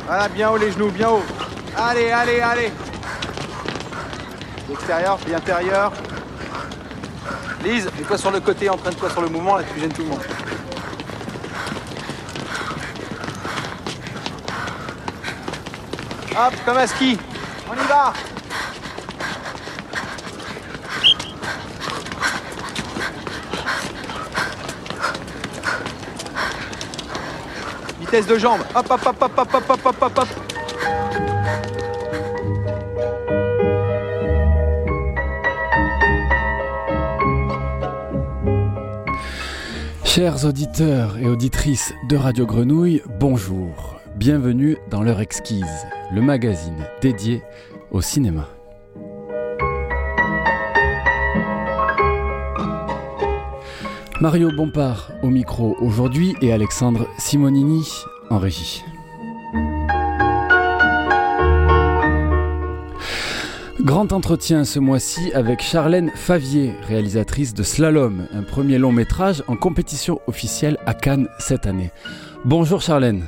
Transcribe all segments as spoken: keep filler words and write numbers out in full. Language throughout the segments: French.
Voilà, bien haut les genoux, bien haut. Allez, allez, allez. L'extérieur, puis l'intérieur. Lise, mets-toi sur le côté, entraîne-toi sur le mouvement, là tu gênes tout le monde. Hop, comme à ski. On y va. Vitesse de jambe. Hop, hop, hop, hop, hop, hop, hop, hop, hop, hop. Chers auditeurs et auditrices de Radio Grenouille, bonjour. Bienvenue dans l'heure exquise, le magazine dédié au cinéma. Mario Bompard au micro aujourd'hui et Alexandre Simonini en régie. Grand entretien ce mois-ci avec Charlène Favier, réalisatrice de Slalom, un premier long métrage en compétition officielle à Cannes cette année. Bonjour Charlène.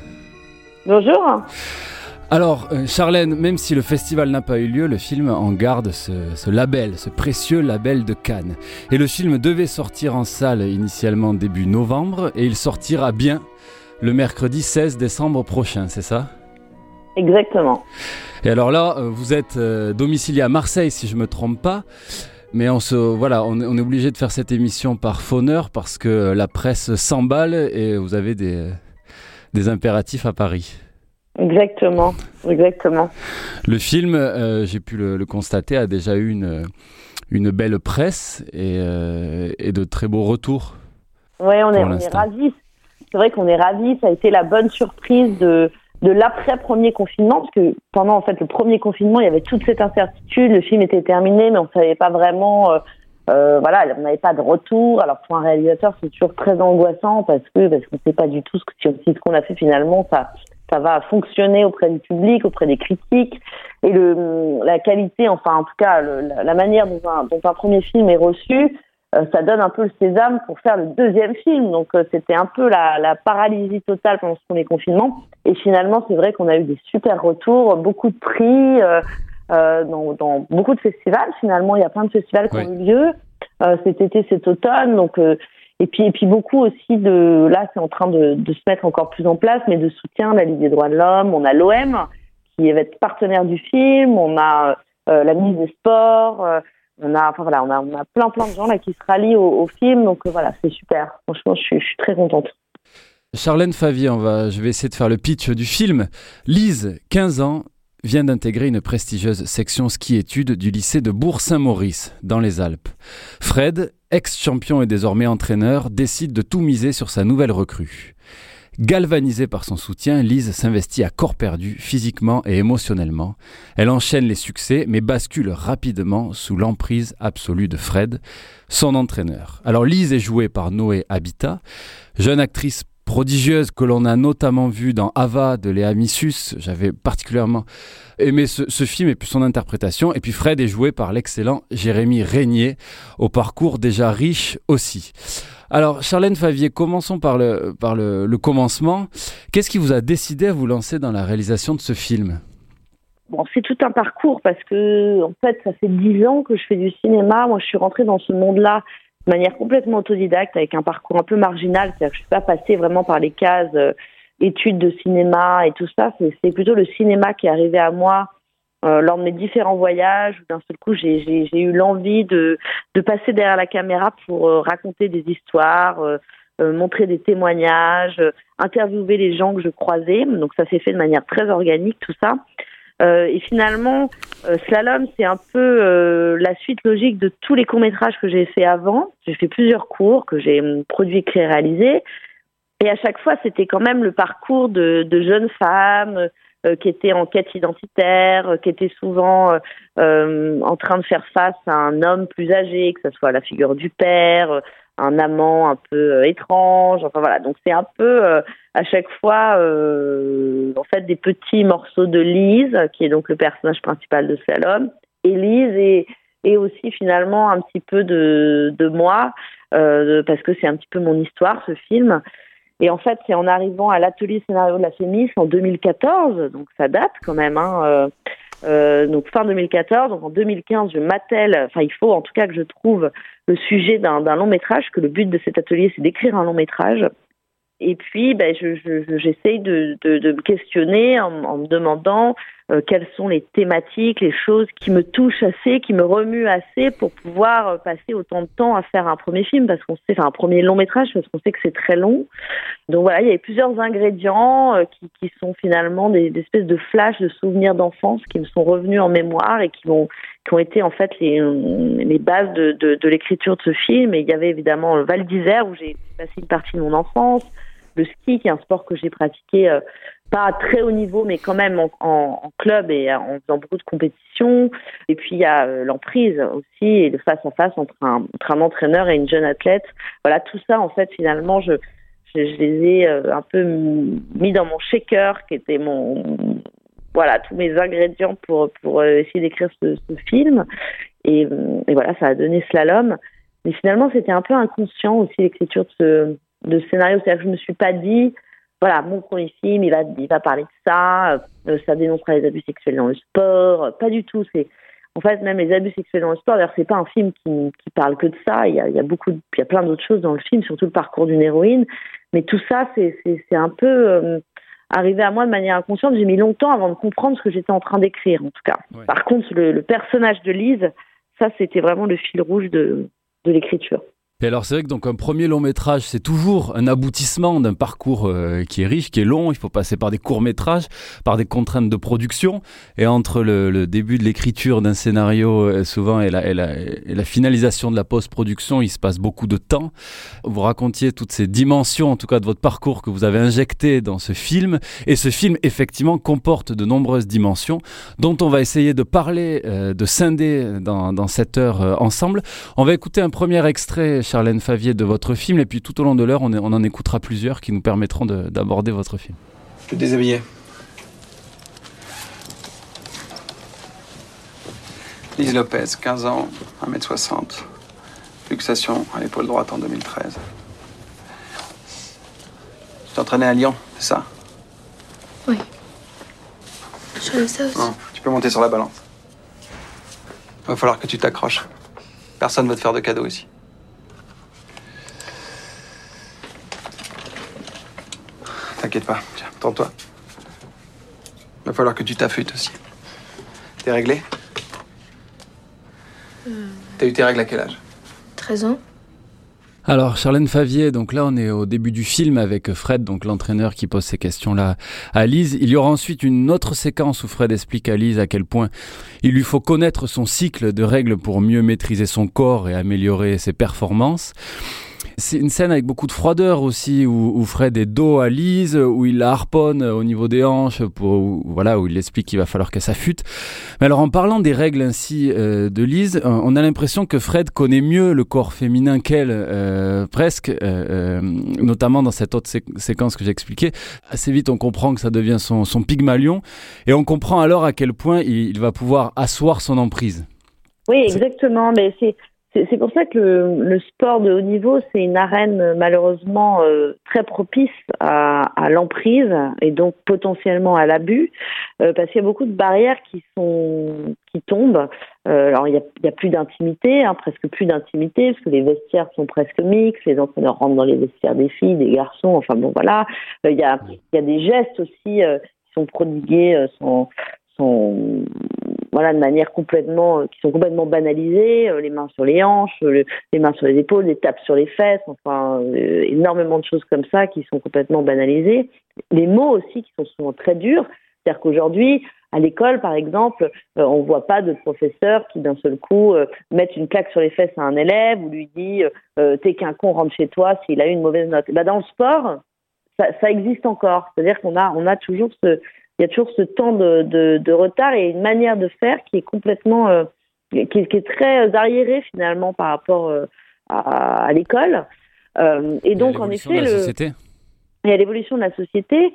Bonjour. Alors euh, Charlène, même si le festival n'a pas eu lieu, le film en garde ce, ce label, ce précieux label de Cannes. Et le film devait sortir en salle initialement début novembre et il sortira bien le mercredi seize décembre prochain, c'est ça ? Exactement. Et alors là, vous êtes euh, domicilié à Marseille, si je ne me trompe pas. Mais on, se, voilà, on, on est obligé de faire cette émission par phoneur parce que la presse s'emballe et vous avez des, des impératifs à Paris. Exactement, exactement. Le film, euh, j'ai pu le, le constater, a déjà eu une, une belle presse et, euh, et de très beaux retours. Oui, on est, on est ravis. C'est vrai qu'on est ravis. Ça a été la bonne surprise de... de l'après-premier confinement, parce que pendant en fait le premier confinement, il y avait toute cette incertitude, le film était terminé, mais on savait pas vraiment, euh, euh, voilà, on n'avait pas de retour. Alors pour un réalisateur, c'est toujours très angoissant parce que parce qu'on sait pas du tout ce que si ce qu'on a fait finalement, ça ça va fonctionner auprès du public, auprès des critiques, et le la qualité, enfin en tout cas le, la, la manière dont un, dont un premier film est reçu. Euh, ça donne un peu le sésame pour faire le deuxième film. Donc euh, c'était un peu la, la paralysie totale pendant ce premier confinement. Et finalement, c'est vrai qu'on a eu des super retours, beaucoup de prix euh, euh, dans, dans beaucoup de festivals. Finalement, il y a plein de festivals qui oui. ont eu lieu euh, cet été, cet automne. Donc euh, et puis et puis beaucoup aussi de là, c'est en train de, de se mettre encore plus en place, mais de soutien à la Ligue des droits de l'homme. On a l'O M qui va être partenaire du film. On a euh, la ministre des Sports. Euh, On a, enfin voilà, on a, on a plein plein de gens là qui se rallient au, au film, donc euh, voilà, c'est super. Franchement, je suis, je suis très contente. Charlène Favier, on va, je vais essayer de faire le pitch du film. Lise, quinze ans, vient d'intégrer une prestigieuse section ski-études du lycée de Bourg-Saint-Maurice, dans les Alpes. Fred, ex-champion et désormais entraîneur, décide de tout miser sur sa nouvelle recrue. Galvanisée par son soutien, Lise s'investit à corps perdu, physiquement et émotionnellement. Elle enchaîne les succès, mais bascule rapidement sous l'emprise absolue de Fred, son entraîneur. Alors Lise est jouée par Noé Habitat, jeune actrice prodigieuse que l'on a notamment vue dans Ava de Léa Missus. J'avais particulièrement aimé ce, ce film et puis son interprétation. Et puis Fred est joué par l'excellent Jérémy Régnier, au parcours déjà riche aussi. Alors, Charlène Favier, commençons par le, par le, le commencement. Qu'est-ce qui vous a décidé à vous lancer dans la réalisation de ce film ? Bon, c'est tout un parcours parce que, en fait, ça fait dix ans que je fais du cinéma. Moi, je suis rentrée dans ce monde-là de manière complètement autodidacte, avec un parcours un peu marginal. C'est-à-dire que je ne suis pas passée vraiment par les cases euh, études de cinéma et tout ça. C'est, c'est plutôt le cinéma qui est arrivé à moi Euh, lors de mes différents voyages, d'un seul coup, j'ai, j'ai, j'ai eu l'envie de, de passer derrière la caméra pour euh, raconter des histoires, euh, euh, montrer des témoignages, euh, interviewer les gens que je croisais. Donc ça s'est fait de manière très organique, tout ça. Euh, et finalement, euh, Slalom, c'est un peu euh, la suite logique de tous les courts-métrages que j'ai fait avant. J'ai fait plusieurs courts que j'ai produits, écrits et réalisés. Et à chaque fois, c'était quand même le parcours de, de jeunes femmes Euh, qui étaient en quête identitaire, euh, qui étaient souvent euh, euh, en train de faire face à un homme plus âgé, que ce soit la figure du père, euh, un amant un peu euh, étrange, enfin voilà. Donc c'est un peu euh, à chaque fois euh, en fait des petits morceaux de Lise, qui est donc le personnage principal de Slalom, et Lise est, est aussi finalement un petit peu de, de moi, euh, parce que c'est un petit peu mon histoire, ce film. Et en fait, c'est en arrivant à l'atelier scénario de la Fémis en deux mille quatorze, donc ça date quand même, hein, euh, euh, donc fin deux mille quatorze, donc en deux mille quinze, je m'attelle, enfin il faut en tout cas que je trouve le sujet d'un, d'un long métrage, que le but de cet atelier c'est d'écrire un long métrage. Et puis, ben, je, je, j'essaye de, de, de me questionner en, en me demandant euh, quelles sont les thématiques, les choses qui me touchent assez, qui me remuent assez pour pouvoir euh, passer autant de temps à faire un premier film, parce qu'on sait, enfin un premier long métrage, parce qu'on sait que c'est très long. Donc voilà, il y avait plusieurs ingrédients euh, qui, qui sont finalement des, des espèces de flashs de souvenirs d'enfance qui me sont revenus en mémoire et qui vont qui ont été en fait les, les bases de, de, de l'écriture de ce film. Et il y avait évidemment Val d'Isère où j'ai passé une partie de mon enfance. Le ski, qui est un sport que j'ai pratiqué, euh, pas à très haut niveau, mais quand même en, en, en club et en faisant beaucoup de compétitions. Et puis, il y a euh, l'emprise aussi, et le face-à-face entre un, entre un entraîneur et une jeune athlète. Voilà, tout ça, en fait, finalement, je, je, je les ai euh, un peu mis dans mon shaker, qui était mon... Voilà, tous mes ingrédients pour, pour euh, essayer d'écrire ce, ce film. Et, et voilà, ça a donné Slalom. Mais finalement, c'était un peu inconscient aussi, l'écriture de ce... de scénario, c'est-à-dire que je ne me suis pas dit, voilà, mon premier film, il va, il va parler de ça, euh, ça dénoncera les abus sexuels dans le sport, euh, pas du tout. C'est, en fait, même les abus sexuels dans le sport, d'ailleurs, c'est pas un film qui, qui parle que de ça. Il y a, il y a beaucoup, de, il y a plein d'autres choses dans le film, surtout le parcours d'une héroïne. Mais tout ça, c'est, c'est, c'est un peu euh, arrivé à moi de manière inconsciente. J'ai mis longtemps avant de comprendre ce que j'étais en train d'écrire, en tout cas. Ouais. Par contre, le, le personnage de Lise, ça, c'était vraiment le fil rouge de, de l'écriture. Et alors c'est vrai que donc un premier long métrage, c'est toujours un aboutissement d'un parcours euh, qui est riche, qui est long. Il faut passer par des courts métrages, par des contraintes de production. Et entre le, le début de l'écriture d'un scénario euh, souvent et la, et, la, et la finalisation de la post-production, il se passe beaucoup de temps. Vous racontiez toutes ces dimensions, en tout cas de votre parcours, que vous avez injectées dans ce film. Et ce film, effectivement, comporte de nombreuses dimensions dont on va essayer de parler, euh, de scinder dans, dans cette heure euh, ensemble. On va écouter un premier extrait, Charlène Favier, de votre film, et puis tout au long de l'heure, on, est, on en écoutera plusieurs qui nous permettront de, d'aborder votre film. Je vais te déshabiller. Lise Lopez, quinze ans, un mètre soixante. Luxation à l'épaule droite en deux mille treize. Tu t'entraînais à Lyon, c'est ça? Oui. Je savais ça aussi. Non, tu peux monter sur la balance. Il va falloir que tu t'accroches. Personne ne va te faire de cadeaux ici. T'inquiète pas, tiens, tends-toi. Il va falloir que tu t'affûtes aussi. T'es réglé? euh... T'as eu tes règles à quel âge? treize ans. Alors, Charlène Favier, donc là, on est au début du film avec Fred, donc l'entraîneur qui pose ces questions-là à Lise. Il y aura ensuite une autre séquence où Fred explique à Lise à quel point il lui faut connaître son cycle de règles pour mieux maîtriser son corps et améliorer ses performances. C'est une scène avec beaucoup de froideur aussi, où, où Fred est dos à Lise, où il la harponne au niveau des hanches, pour, où, voilà, où il explique qu'il va falloir qu'elle s'affûte. Mais alors, en parlant des règles ainsi euh, de Lise, on a l'impression que Fred connaît mieux le corps féminin qu'elle, euh, presque, euh, notamment dans cette autre sé- séquence que j'ai expliquée. Assez vite, on comprend que ça devient son, son Pygmalion, et on comprend alors à quel point il, il va pouvoir asseoir son emprise. Oui, exactement, mais c'est... C'est, c'est pour ça que le, le sport de haut niveau, c'est une arène malheureusement euh, très propice à, à l'emprise et donc potentiellement à l'abus, euh, parce qu'il y a beaucoup de barrières qui sont qui tombent. Euh, alors il y a, il y a plus d'intimité, hein, presque plus d'intimité, parce que les vestiaires sont presque mixtes, les entraîneurs rentrent dans les vestiaires des filles, des garçons, enfin bon voilà. Euh, il y a il y a des gestes aussi euh, qui sont prodigués, euh, sont sont voilà de manière complètement euh, qui sont complètement banalisées, euh, les mains sur les hanches, le, les mains sur les épaules, les tapes sur les fesses, enfin euh, énormément de choses comme ça qui sont complètement banalisées. Les mots aussi qui sont souvent très durs, c'est-à-dire qu'aujourd'hui à l'école par exemple, euh, on voit pas de professeur qui d'un seul coup euh, mettent une claque sur les fesses à un élève ou lui dit euh, t'es qu'un con, rentre chez toi s'il a eu une mauvaise note. Et ben dans le sport, ça, ça existe encore, c'est-à-dire qu'on a on a toujours ce Il y a toujours ce temps de, de, de retard et une manière de faire qui est complètement, euh, qui, est, qui est très arriérée finalement par rapport euh, à, à l'école. Euh, et donc en effet, de la le, société. il y a l'évolution de la société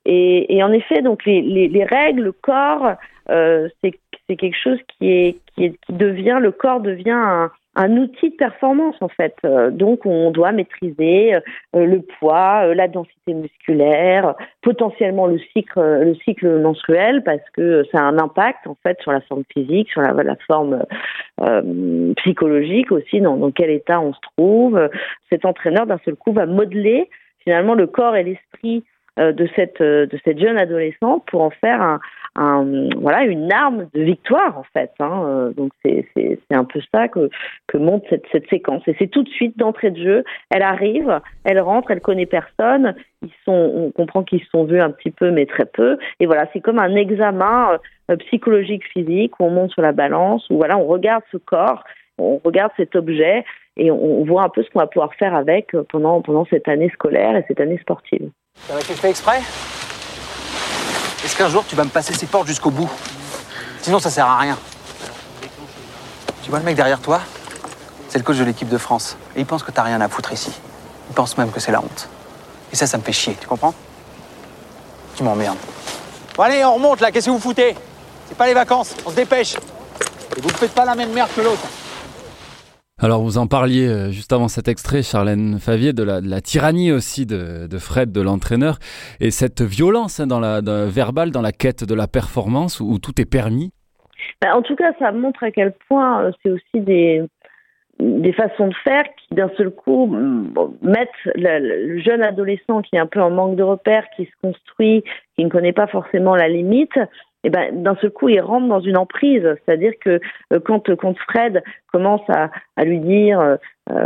Et, et en effet, donc les, les, les règles, le corps, euh, c'est, c'est quelque chose qui est, qui est, qui devient, le corps devient un, un outil de performance en fait. Euh, donc on doit maîtriser euh, le poids, euh, la densité musculaire, potentiellement le cycle, le cycle menstruel parce que ça a un impact en fait sur la forme physique, sur la, la forme euh, psychologique aussi, dans, dans quel état on se trouve. Cet entraîneur d'un seul coup va modeler finalement le corps et l'esprit de cette de cette jeune adolescente pour en faire un, un voilà une arme de victoire en fait hein. Donc c'est c'est c'est un peu ça que que montre cette cette séquence et c'est tout de suite d'entrée de jeu. Elle arrive, elle rentre, elle connaît personne. Ils sont on comprend qu'ils se sont vus un petit peu mais très peu et voilà c'est comme un examen euh, psychologique physique où on monte sur la balance où voilà on regarde ce corps, on regarde cet objet et on, on voit un peu ce qu'on va pouvoir faire avec pendant pendant cette année scolaire et cette année sportive. C'est vrai que je fais exprès ? Est-ce qu'un jour tu vas me passer ces portes jusqu'au bout ? Sinon ça sert à rien. Tu vois le mec derrière toi ? C'est le coach de l'équipe de France. Et il pense que t'as rien à foutre ici. Il pense même que c'est la honte. Et ça, ça me fait chier, tu comprends ? Tu m'emmerdes. Bon allez, on remonte là, qu'est-ce que vous foutez ? C'est pas les vacances, on se dépêche. Et vous ne faites pas la même merde que l'autre. Alors vous en parliez juste avant cet extrait, Charlène Favier, de la, de la tyrannie aussi de, de Fred, de l'entraîneur, et cette violence hein, dans la, dans, verbale dans la quête de la performance où, où tout est permis. Ben, en tout cas, ça montre à quel point euh, c'est aussi des, des façons de faire qui d'un seul coup bon, mettent le, le jeune adolescent qui est un peu en manque de repères, qui se construit, qui ne connaît pas forcément la limite. Et ben d'un seul coup il rentre dans une emprise, c'est-à-dire que euh, quand quand Fred commence à, à lui dire euh,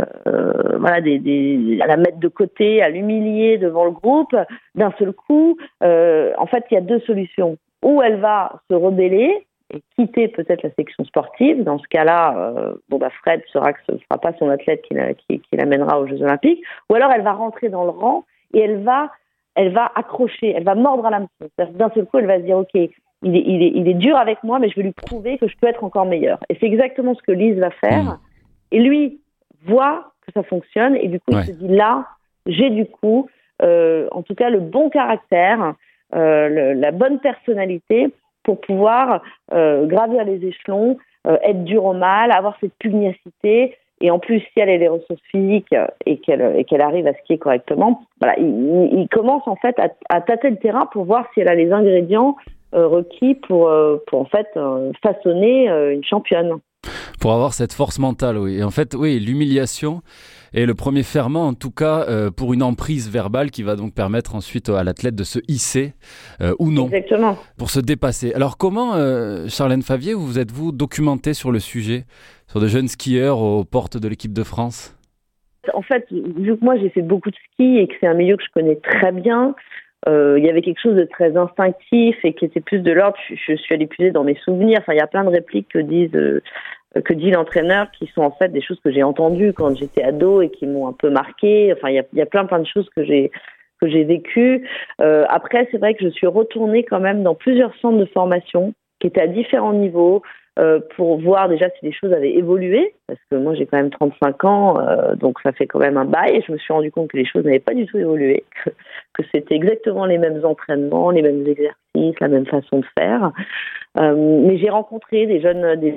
euh, voilà des, des à la mettre de côté, à l'humilier devant le groupe, d'un seul coup euh, en fait il y a deux solutions. Ou elle va se rebeller et quitter peut-être la section sportive. Dans ce cas-là, euh, bon bah Fred saura que ce ne sera pas son athlète qui, la, qui, qui l'amènera aux Jeux Olympiques. Ou alors elle va rentrer dans le rang et elle va elle va accrocher, elle va mordre à l'hameçon. C'est-à-dire que d'un seul coup elle va se dire ok. Il est, il, est, il est dur avec moi, mais je vais lui prouver que je peux être encore meilleure. Et c'est exactement ce que Lise va faire. Mmh. Et lui voit que ça fonctionne. Et du coup, ouais. il se dit là, j'ai du coup, euh, en tout cas, le bon caractère, euh, le, la bonne personnalité pour pouvoir euh, gravir les échelons, euh, être dur au mal, avoir cette pugnacité. Et en plus, si elle a les ressources physiques et qu'elle, et qu'elle arrive à skier correctement, voilà, il, il commence en fait à, à tâter le terrain pour voir si elle a les ingrédients Euh, requis pour, euh, pour en fait euh, façonner euh, une championne. Pour avoir cette force mentale, oui. Et en fait, oui, l'humiliation est le premier ferment, en tout cas, euh, pour une emprise verbale qui va donc permettre ensuite à l'athlète de se hisser euh, ou non. Exactement. Pour se dépasser. Alors comment, euh, Charlène Favier, vous êtes-vous documentée sur le sujet, sur de jeunes skieurs aux portes de l'équipe de France ? En fait, vu que moi j'ai fait beaucoup de ski et que c'est un milieu que je connais très bien, Euh, il y avait quelque chose de très instinctif et qui était plus de l'ordre. Je, je suis allée puiser dans mes souvenirs. Enfin, il y a plein de répliques que disent, euh, que dit l'entraîneur qui sont en fait des choses que j'ai entendues quand j'étais ado et qui m'ont un peu marquée. Enfin, il y a, il y a plein, plein de choses que j'ai, que j'ai vécues. Euh, après, c'est vrai que je suis retournée quand même dans plusieurs centres de formation qui étaient à différents niveaux. Euh, pour voir déjà si les choses avaient évolué, parce que moi j'ai quand même trente-cinq ans, euh, donc ça fait quand même un bail, et je me suis rendu compte que les choses n'avaient pas du tout évolué, que, que c'était exactement les mêmes entraînements, les mêmes exercices, la même façon de faire. Euh, mais j'ai rencontré des jeunes, des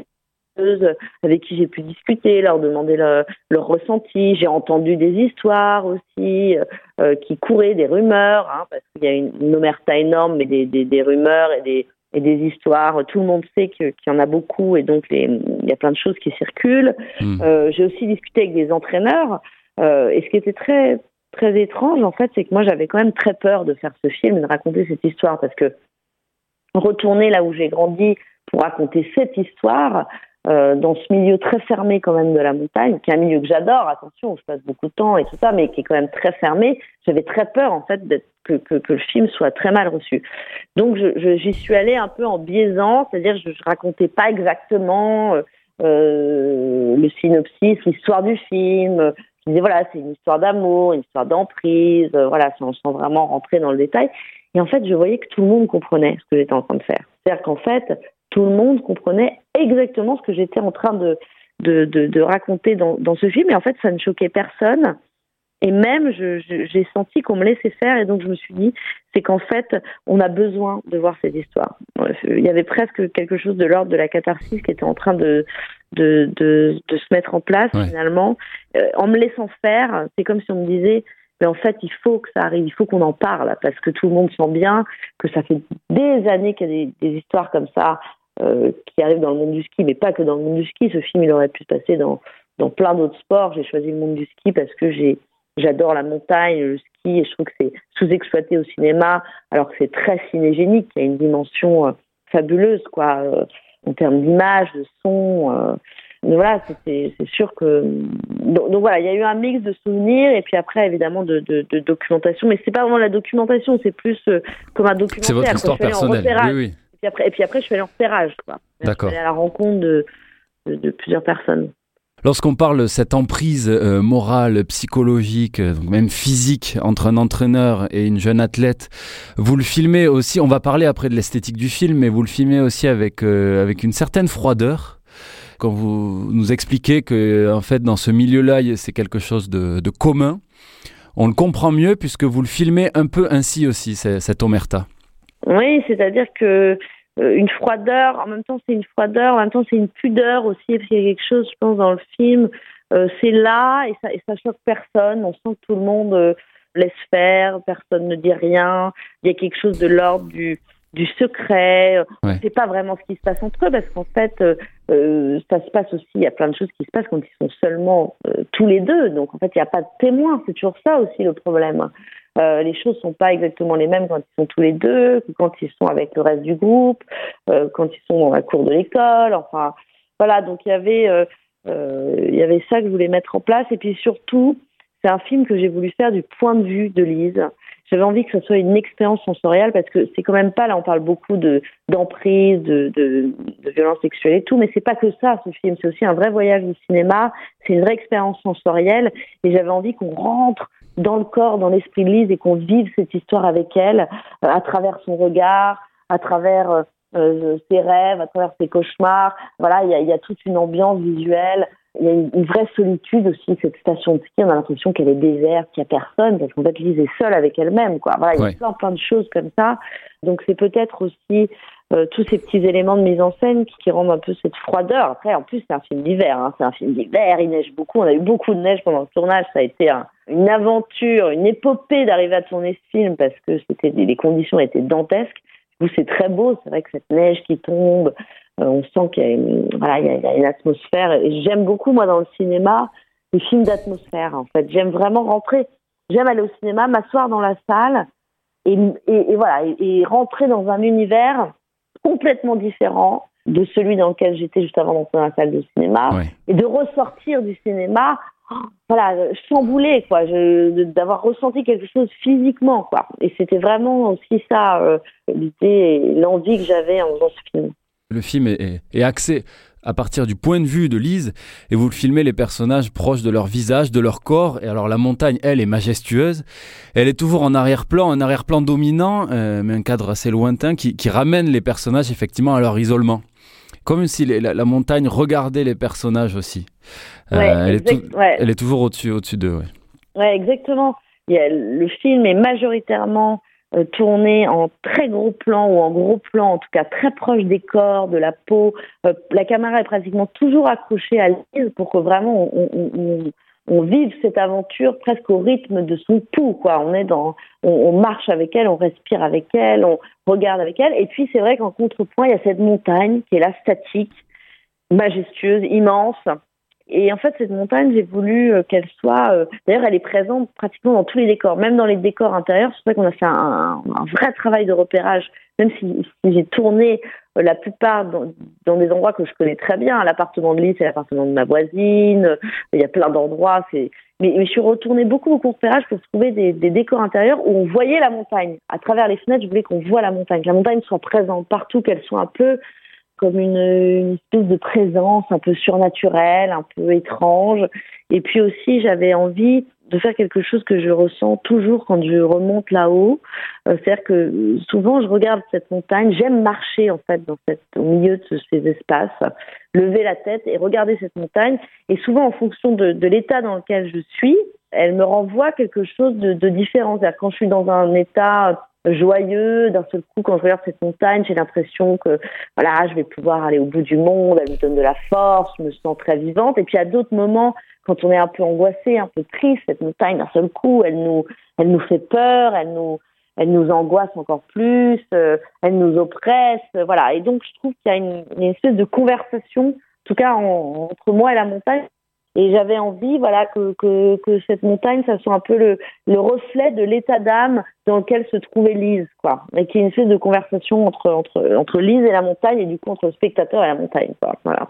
avec qui j'ai pu discuter, leur demander le, leur ressenti. J'ai entendu des histoires aussi euh, qui couraient, des rumeurs, hein, parce qu'il y a une, une omerta énorme, mais des, des, des rumeurs et des et des histoires, tout le monde sait que, qu'il y en a beaucoup et donc les, il y a plein de choses qui circulent. Mmh. Euh, j'ai aussi discuté avec des entraîneurs euh, et ce qui était très, très étrange en fait, c'est que moi j'avais quand même très peur de faire ce film et de raconter cette histoire parce que retourner là où j'ai grandi pour raconter cette histoire euh, dans ce milieu très fermé quand même de la montagne, qui est un milieu que j'adore, attention, où je passe beaucoup de temps et tout ça, mais qui est quand même très fermé, j'avais très peur en fait d'être Que, que, que le film soit très mal reçu. Donc je, je, j'y suis allée un peu en biaisant, c'est-à-dire je, je racontais pas exactement euh, le synopsis, l'histoire du film. Je disais voilà, c'est une histoire d'amour, une histoire d'emprise, euh, voilà, sans, sans vraiment rentrer dans le détail. Et en fait, je voyais que tout le monde comprenait ce que j'étais en train de faire. C'est-à-dire qu'en fait, tout le monde comprenait exactement ce que j'étais en train de, de, de, de raconter dans, dans ce film. Et en fait, ça ne choquait personne. Et même, je, je, j'ai senti qu'on me laissait faire, et donc je me suis dit, c'est qu'en fait, on a besoin de voir cette histoire. Il y avait presque quelque chose de l'ordre de la catharsis qui était en train de, de, de, de se mettre en place, ouais. finalement. Euh, en me laissant faire, c'est comme si on me disait, mais en fait, il faut que ça arrive, il faut qu'on en parle, parce que tout le monde sent bien que ça fait des années qu'il y a des, des histoires comme ça euh, qui arrivent dans le monde du ski, mais pas que dans le monde du ski. Ce film, il aurait pu se passer dans, dans plein d'autres sports. J'ai choisi le monde du ski parce que j'ai J'adore la montagne, le ski, et je trouve que c'est sous-exploité au cinéma, alors que c'est très cinégénique, il y a une dimension euh, fabuleuse, quoi, euh, en termes d'image, de son. Euh, donc voilà, c'est, c'est sûr que... Donc, donc voilà, il y a eu un mix de souvenirs, et puis après, évidemment, de, de, de documentation, mais c'est pas vraiment la documentation, c'est plus euh, comme un documentaire. C'est votre histoire personnelle, oui, oui. Et puis, après, et puis après, je suis allée en repérage, quoi. D'accord. Je suis allée à la rencontre de, de, de plusieurs personnes. Lorsqu'on parle de cette emprise euh, morale, psychologique, euh, donc même physique entre un entraîneur et une jeune athlète, vous le filmez aussi, on va parler après de l'esthétique du film, mais vous le filmez aussi avec, euh, avec une certaine froideur. Quand vous nous expliquez que en fait, dans ce milieu-là, c'est quelque chose de, de commun, on le comprend mieux puisque vous le filmez un peu ainsi aussi, cette omerta. Oui, c'est-à-dire que une froideur, en même temps c'est une froideur, en même temps c'est une pudeur aussi, parce qu'il y a quelque chose, je pense, dans le film, euh, c'est là, et ça, et ça choque personne, on sent que tout le monde euh, laisse faire, personne ne dit rien, il y a quelque chose de l'ordre du, du secret, ouais. On ne sait pas vraiment ce qui se passe entre eux, parce qu'en fait, euh, euh, ça se passe aussi, il y a plein de choses qui se passent quand ils sont seulement euh, tous les deux, donc en fait il n'y a pas de témoin, c'est toujours ça aussi le problème. Euh, les choses sont pas exactement les mêmes quand ils sont tous les deux, que quand ils sont avec le reste du groupe, euh, quand ils sont dans la cour de l'école, enfin voilà, donc il y avait euh, euh, il y avait ça que je voulais mettre en place, et puis surtout c'est un film que j'ai voulu faire du point de vue de Lise. J'avais envie que ce soit une expérience sensorielle, parce que c'est quand même pas, là on parle beaucoup de d'emprise, de, de, de violence sexuelle et tout, mais c'est pas que ça ce film, c'est aussi un vrai voyage du cinéma, c'est une vraie expérience sensorielle, et j'avais envie qu'on rentre dans le corps, dans l'esprit de Lise, et qu'on vive cette histoire avec elle, euh, à travers son regard, à travers euh, ses rêves, à travers ses cauchemars. Voilà, il y a, y a toute une ambiance visuelle. Il y a une, une vraie solitude aussi, cette station de ski. On a l'impression qu'elle est déserte, qu'il n'y a personne, parce qu'en fait, Lise est seule avec elle-même, quoi. Voilà, il ouais. y a plein, plein de choses comme ça. Donc, c'est peut-être aussi euh, tous ces petits éléments de mise en scène qui, qui rendent un peu cette froideur. Après, en plus, c'est un film d'hiver, hein. C'est un film d'hiver, il neige beaucoup. On a eu beaucoup de neige pendant le tournage. Ça a été un, une aventure, une épopée d'arriver à tourner ce film, parce que c'était, les conditions étaient dantesques. Du coup, c'est très beau. C'est vrai que cette neige qui tombe, euh, on sent qu'il y a une, voilà, il y a, il y a une atmosphère. Et j'aime beaucoup, moi, dans le cinéma, les films d'atmosphère, en fait. J'aime vraiment rentrer. J'aime aller au cinéma, m'asseoir dans la salle et, et, et voilà, et, et rentrer dans un univers complètement différent de celui dans lequel j'étais juste avant d'entrer dans la salle de cinéma, ouais. Et de ressortir du cinéma, voilà, chamboulé, quoi, je, d'avoir ressenti quelque chose physiquement, quoi. Et c'était vraiment aussi ça, euh, l'idée et l'envie que j'avais en faisant ce film. Le film est, est, est axé à partir du point de vue de Lise, et vous le filmez les personnages proches de leur visage, de leur corps. Et alors la montagne, elle, est majestueuse. Elle est toujours en arrière-plan, un arrière-plan dominant, euh, mais un cadre assez lointain qui, qui ramène les personnages effectivement à leur isolement. Comme si les, la, la montagne regardait les personnages aussi. Euh, ouais, elle, exact, est tout, ouais. elle est toujours au-dessus, au-dessus d'eux. Ouais, ouais exactement. Il y a, le film est majoritairement euh, tourné en très gros plan, ou en gros plan, en tout cas très proche des corps, de la peau. Euh, la caméra est pratiquement toujours accrochée à Lise pour que vraiment on, on, on, on vive cette aventure presque au rythme de son pouls, quoi. On est dans, on, on marche avec elle, on respire avec elle, on regarde avec elle. Et puis c'est vrai qu'en contrepoint, il y a cette montagne qui est là, statique, majestueuse, immense. Et en fait, cette montagne, j'ai voulu euh, qu'elle soit... Euh, d'ailleurs, elle est présente pratiquement dans tous les décors, même dans les décors intérieurs. C'est pour ça qu'on a fait un, un vrai travail de repérage, même si, si j'ai tourné euh, la plupart dans, dans des endroits que je connais très bien. L'appartement de Lise, c'est l'appartement de ma voisine. Euh, il y a plein d'endroits. C'est... Mais, mais je suis retournée beaucoup, beaucoup en repérage pour trouver des, des décors intérieurs où on voyait la montagne. À travers les fenêtres, je voulais qu'on voit la montagne, que la montagne soit présente partout, qu'elle soit un peu... comme une, une espèce de présence un peu surnaturelle, un peu étrange. Et puis aussi, j'avais envie de faire quelque chose que je ressens toujours quand je remonte là-haut. Euh, c'est-à-dire que souvent, je regarde cette montagne, j'aime marcher en fait dans cette, au milieu de ces espaces, lever la tête et regarder cette montagne. Et souvent, en fonction de, de l'état dans lequel je suis, elle me renvoie quelque chose de, de différent. C'est-à-dire quand je suis dans un état joyeux, d'un seul coup, quand je regarde cette montagne, j'ai l'impression que voilà, je vais pouvoir aller au bout du monde, elle me donne de la force, je me sens très vivante. Et puis à d'autres moments, quand on est un peu angoissé, un peu triste, cette montagne, d'un seul coup, elle nous, elle nous fait peur, elle nous, elle nous angoisse encore plus, euh, elle nous oppresse, euh, voilà. Et donc je trouve qu'il y a une, une espèce de conversation, en tout cas en, entre moi et la montagne. Et j'avais envie, voilà, que, que, que cette montagne, ça soit un peu le, le reflet de l'état d'âme dans lequel se trouvait Lise, quoi. Et qu'il y ait une espèce de conversation entre, entre, entre Lise et la montagne, et du coup entre le spectateur et la montagne, quoi. Voilà.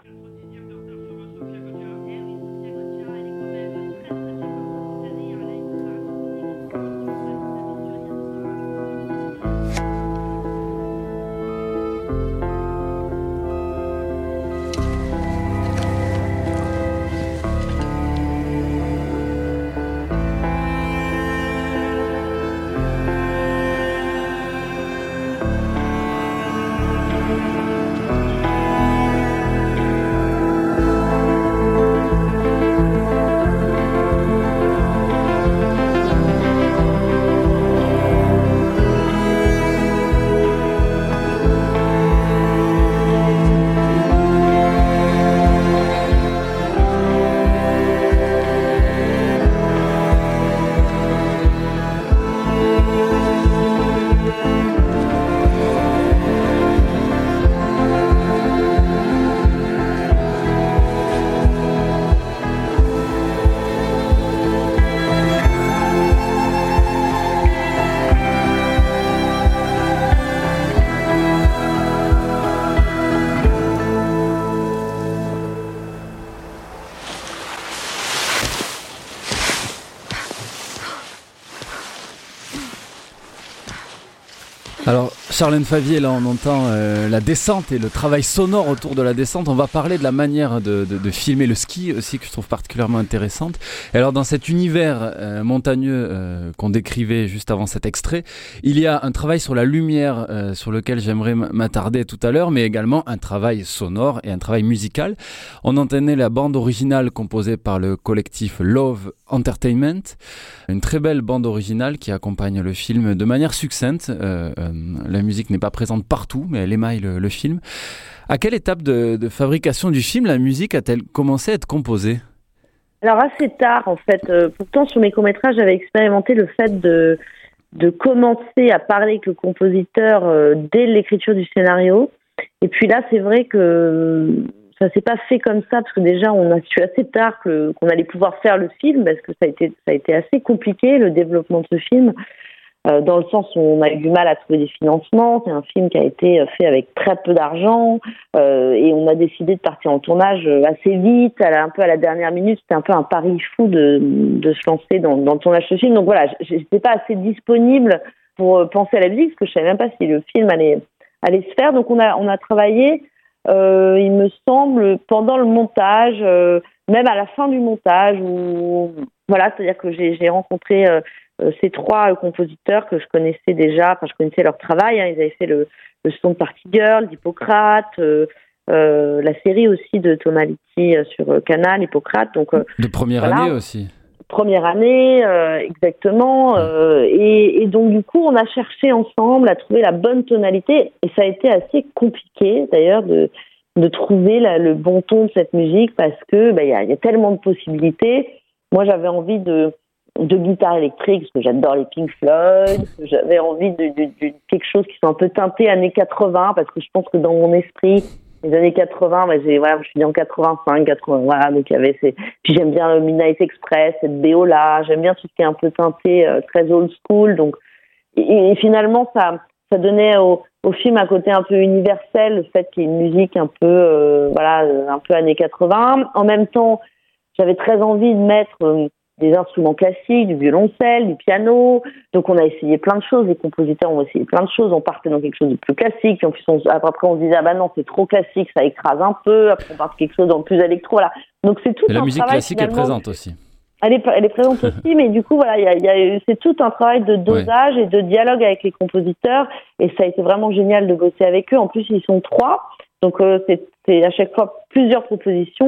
Alors, Charlène Favier, là on entend euh, la descente et le travail sonore autour de la descente. On va parler de la manière de, de, de filmer le ski aussi, que je trouve particulièrement intéressante. Et alors dans cet univers euh, montagneux euh, qu'on décrivait juste avant cet extrait, il y a un travail sur la lumière euh, sur lequel j'aimerais m'attarder tout à l'heure, mais également un travail sonore et un travail musical. On entendait la bande originale composée par le collectif Love Entertainment, une très belle bande originale qui accompagne le film de manière succincte. Euh, euh, la musique n'est pas présente partout, mais elle émaille le, le film. À quelle étape de, de fabrication du film la musique a-t-elle commencé à être composée ? Alors assez tard en fait. Euh, pourtant sur mes courts-métrages j'avais expérimenté le fait de, de commencer à parler avec le compositeur euh, dès l'écriture du scénario. Et puis là c'est vrai que ça s'est pas fait comme ça parce que déjà on a su assez tard que, qu'on allait pouvoir faire le film parce que ça a été, ça a été assez compliqué le développement de ce film. Euh, dans le sens où on a eu du mal à trouver des financements. C'est un film qui a été fait avec très peu d'argent euh, et on a décidé de partir en tournage assez vite, à la, un peu à la dernière minute. C'était un peu un pari fou de, de se lancer dans, dans le tournage de ce film. Donc voilà, j'étais pas assez disponible pour penser à la musique parce que je savais même pas si le film allait, allait se faire. Donc on a, on a travaillé, euh, il me semble, pendant le montage, euh, même à la fin du montage. Où, voilà, c'est-à-dire que j'ai, j'ai rencontré... Euh, Euh, ces trois euh, compositeurs que je connaissais déjà, enfin je connaissais leur travail, hein, ils avaient fait le, le son de Party Girl, d'Hippocrate, euh, euh, la série aussi de Thomas Litti euh, sur euh, Canal, Hippocrate. Donc, euh, de première voilà. année aussi. Première année, euh, exactement. Euh, et, et donc du coup, on a cherché ensemble à trouver la bonne tonalité, et ça a été assez compliqué d'ailleurs de, de trouver la, le bon ton de cette musique parce que bah, y a, y a tellement de possibilités. Moi, j'avais envie de de guitare électrique, parce que j'adore les Pink Floyd, j'avais envie de, de, de quelque chose qui soit un peu teinté années quatre-vingts, parce que je pense que dans mon esprit, les années quatre-vingts, bah, j'ai, voilà, je suis née en quatre-vingt-cinq, quatre-vingts, voilà, donc il y avait ces, puis j'aime bien le Midnight Express, cette B O là, j'aime bien tout ce qui est un peu teinté, euh, très old school, donc, et, et finalement, ça, ça donnait au, au film un côté un peu universel, le fait qu'il y ait une musique un peu, euh, voilà, un peu années quatre-vingts. En même temps, j'avais très envie de mettre, euh, des instruments classiques, du violoncelle, du piano. Donc on a essayé plein de choses, les compositeurs ont essayé plein de choses, on partait dans quelque chose de plus classique, puis en plus on, après on se disait ah bah non c'est trop classique, ça écrase un peu, après on part quelque chose dans plus électro, voilà. Donc c'est tout Et un la musique travail, classique est présente aussi. Elle est, elle est présente aussi, mais du coup voilà, y a, y a, c'est tout un travail de dosage ouais. et de dialogue avec les compositeurs, et ça a été vraiment génial de bosser avec eux. En plus ils sont trois, donc euh, c'est, c'est à chaque fois plusieurs propositions,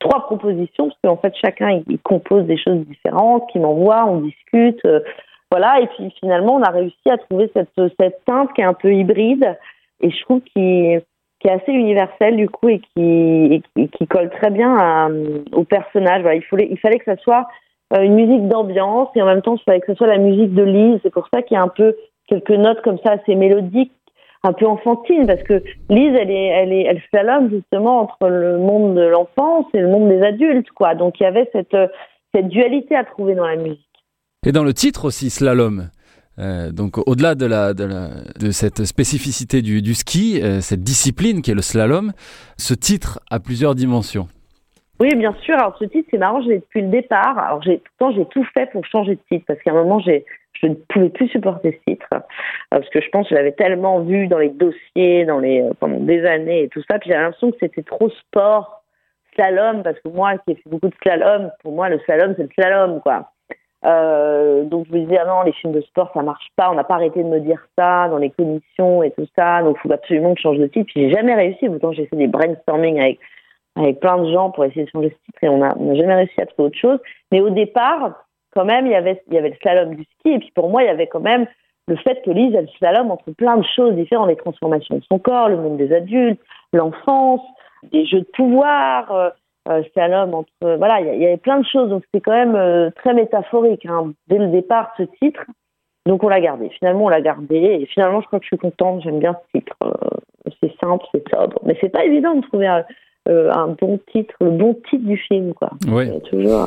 trois propositions, parce qu'en fait, chacun, il, il compose des choses différentes, qui m'envoie, on discute, euh, voilà. Et puis, finalement, on a réussi à trouver cette, cette teinte qui est un peu hybride, et je trouve qu'il qui est assez universelle, du coup, et qui, et qui, qui colle très bien à, au personnage. Voilà, il, fallait, il fallait que ça soit une musique d'ambiance, et en même temps, il fallait que ce soit la musique de Lise. C'est pour ça qu'il y a un peu quelques notes comme ça, assez mélodiques, un peu enfantines, parce que Lise, elle est, elle est, elle slalome justement entre le monde de l'enfance et le monde des adultes, quoi. Donc, il y avait cette, cette dualité à trouver dans la musique. Et dans le titre aussi, slalom. Euh, donc au-delà de, la, de, la, de cette spécificité du, du ski, euh, cette discipline qui est le slalom, ce titre a plusieurs dimensions. Oui, bien sûr. Alors ce titre, c'est marrant, je l'ai depuis le départ. Alors j'ai, pourtant, j'ai tout fait pour changer de titre, parce qu'à un moment, j'ai, je ne pouvais plus supporter ce titre, euh, parce que je pense que je l'avais tellement vu dans les dossiers, dans les, euh, pendant des années et tout ça, puis j'avais l'impression que c'était trop sport, slalom, parce que moi qui ai fait beaucoup de slalom, pour moi le slalom c'est le slalom, quoi. Euh, donc je me disais, ah non, les films de sport ça marche pas, on n'a pas arrêté de me dire ça dans les commissions et tout ça, donc il faut absolument que je change de titre. Puis j'ai jamais réussi, pourtant j'ai fait des brainstorming avec avec plein de gens pour essayer de changer ce titre, et on a on n'a jamais réussi à trouver autre chose. Mais au départ, quand même, il y avait il y avait le slalom du ski, et puis pour moi il y avait quand même le fait que Lise elle slalom entre plein de choses différentes, les transformations de son corps, le monde des adultes, l'enfance, des jeux de pouvoir. Euh, Euh, slalom entre euh, voilà, il y, y avait plein de choses, donc c'était quand même euh, très métaphorique, hein, dès le départ ce titre. Donc on l'a gardé. Finalement on l'a gardé, et finalement je crois que je suis contente. J'aime bien ce titre. Euh, c'est simple, c'est sobre, mais c'est pas évident de trouver un, euh, un bon titre, le bon titre du film, quoi. Oui. C'est toujours.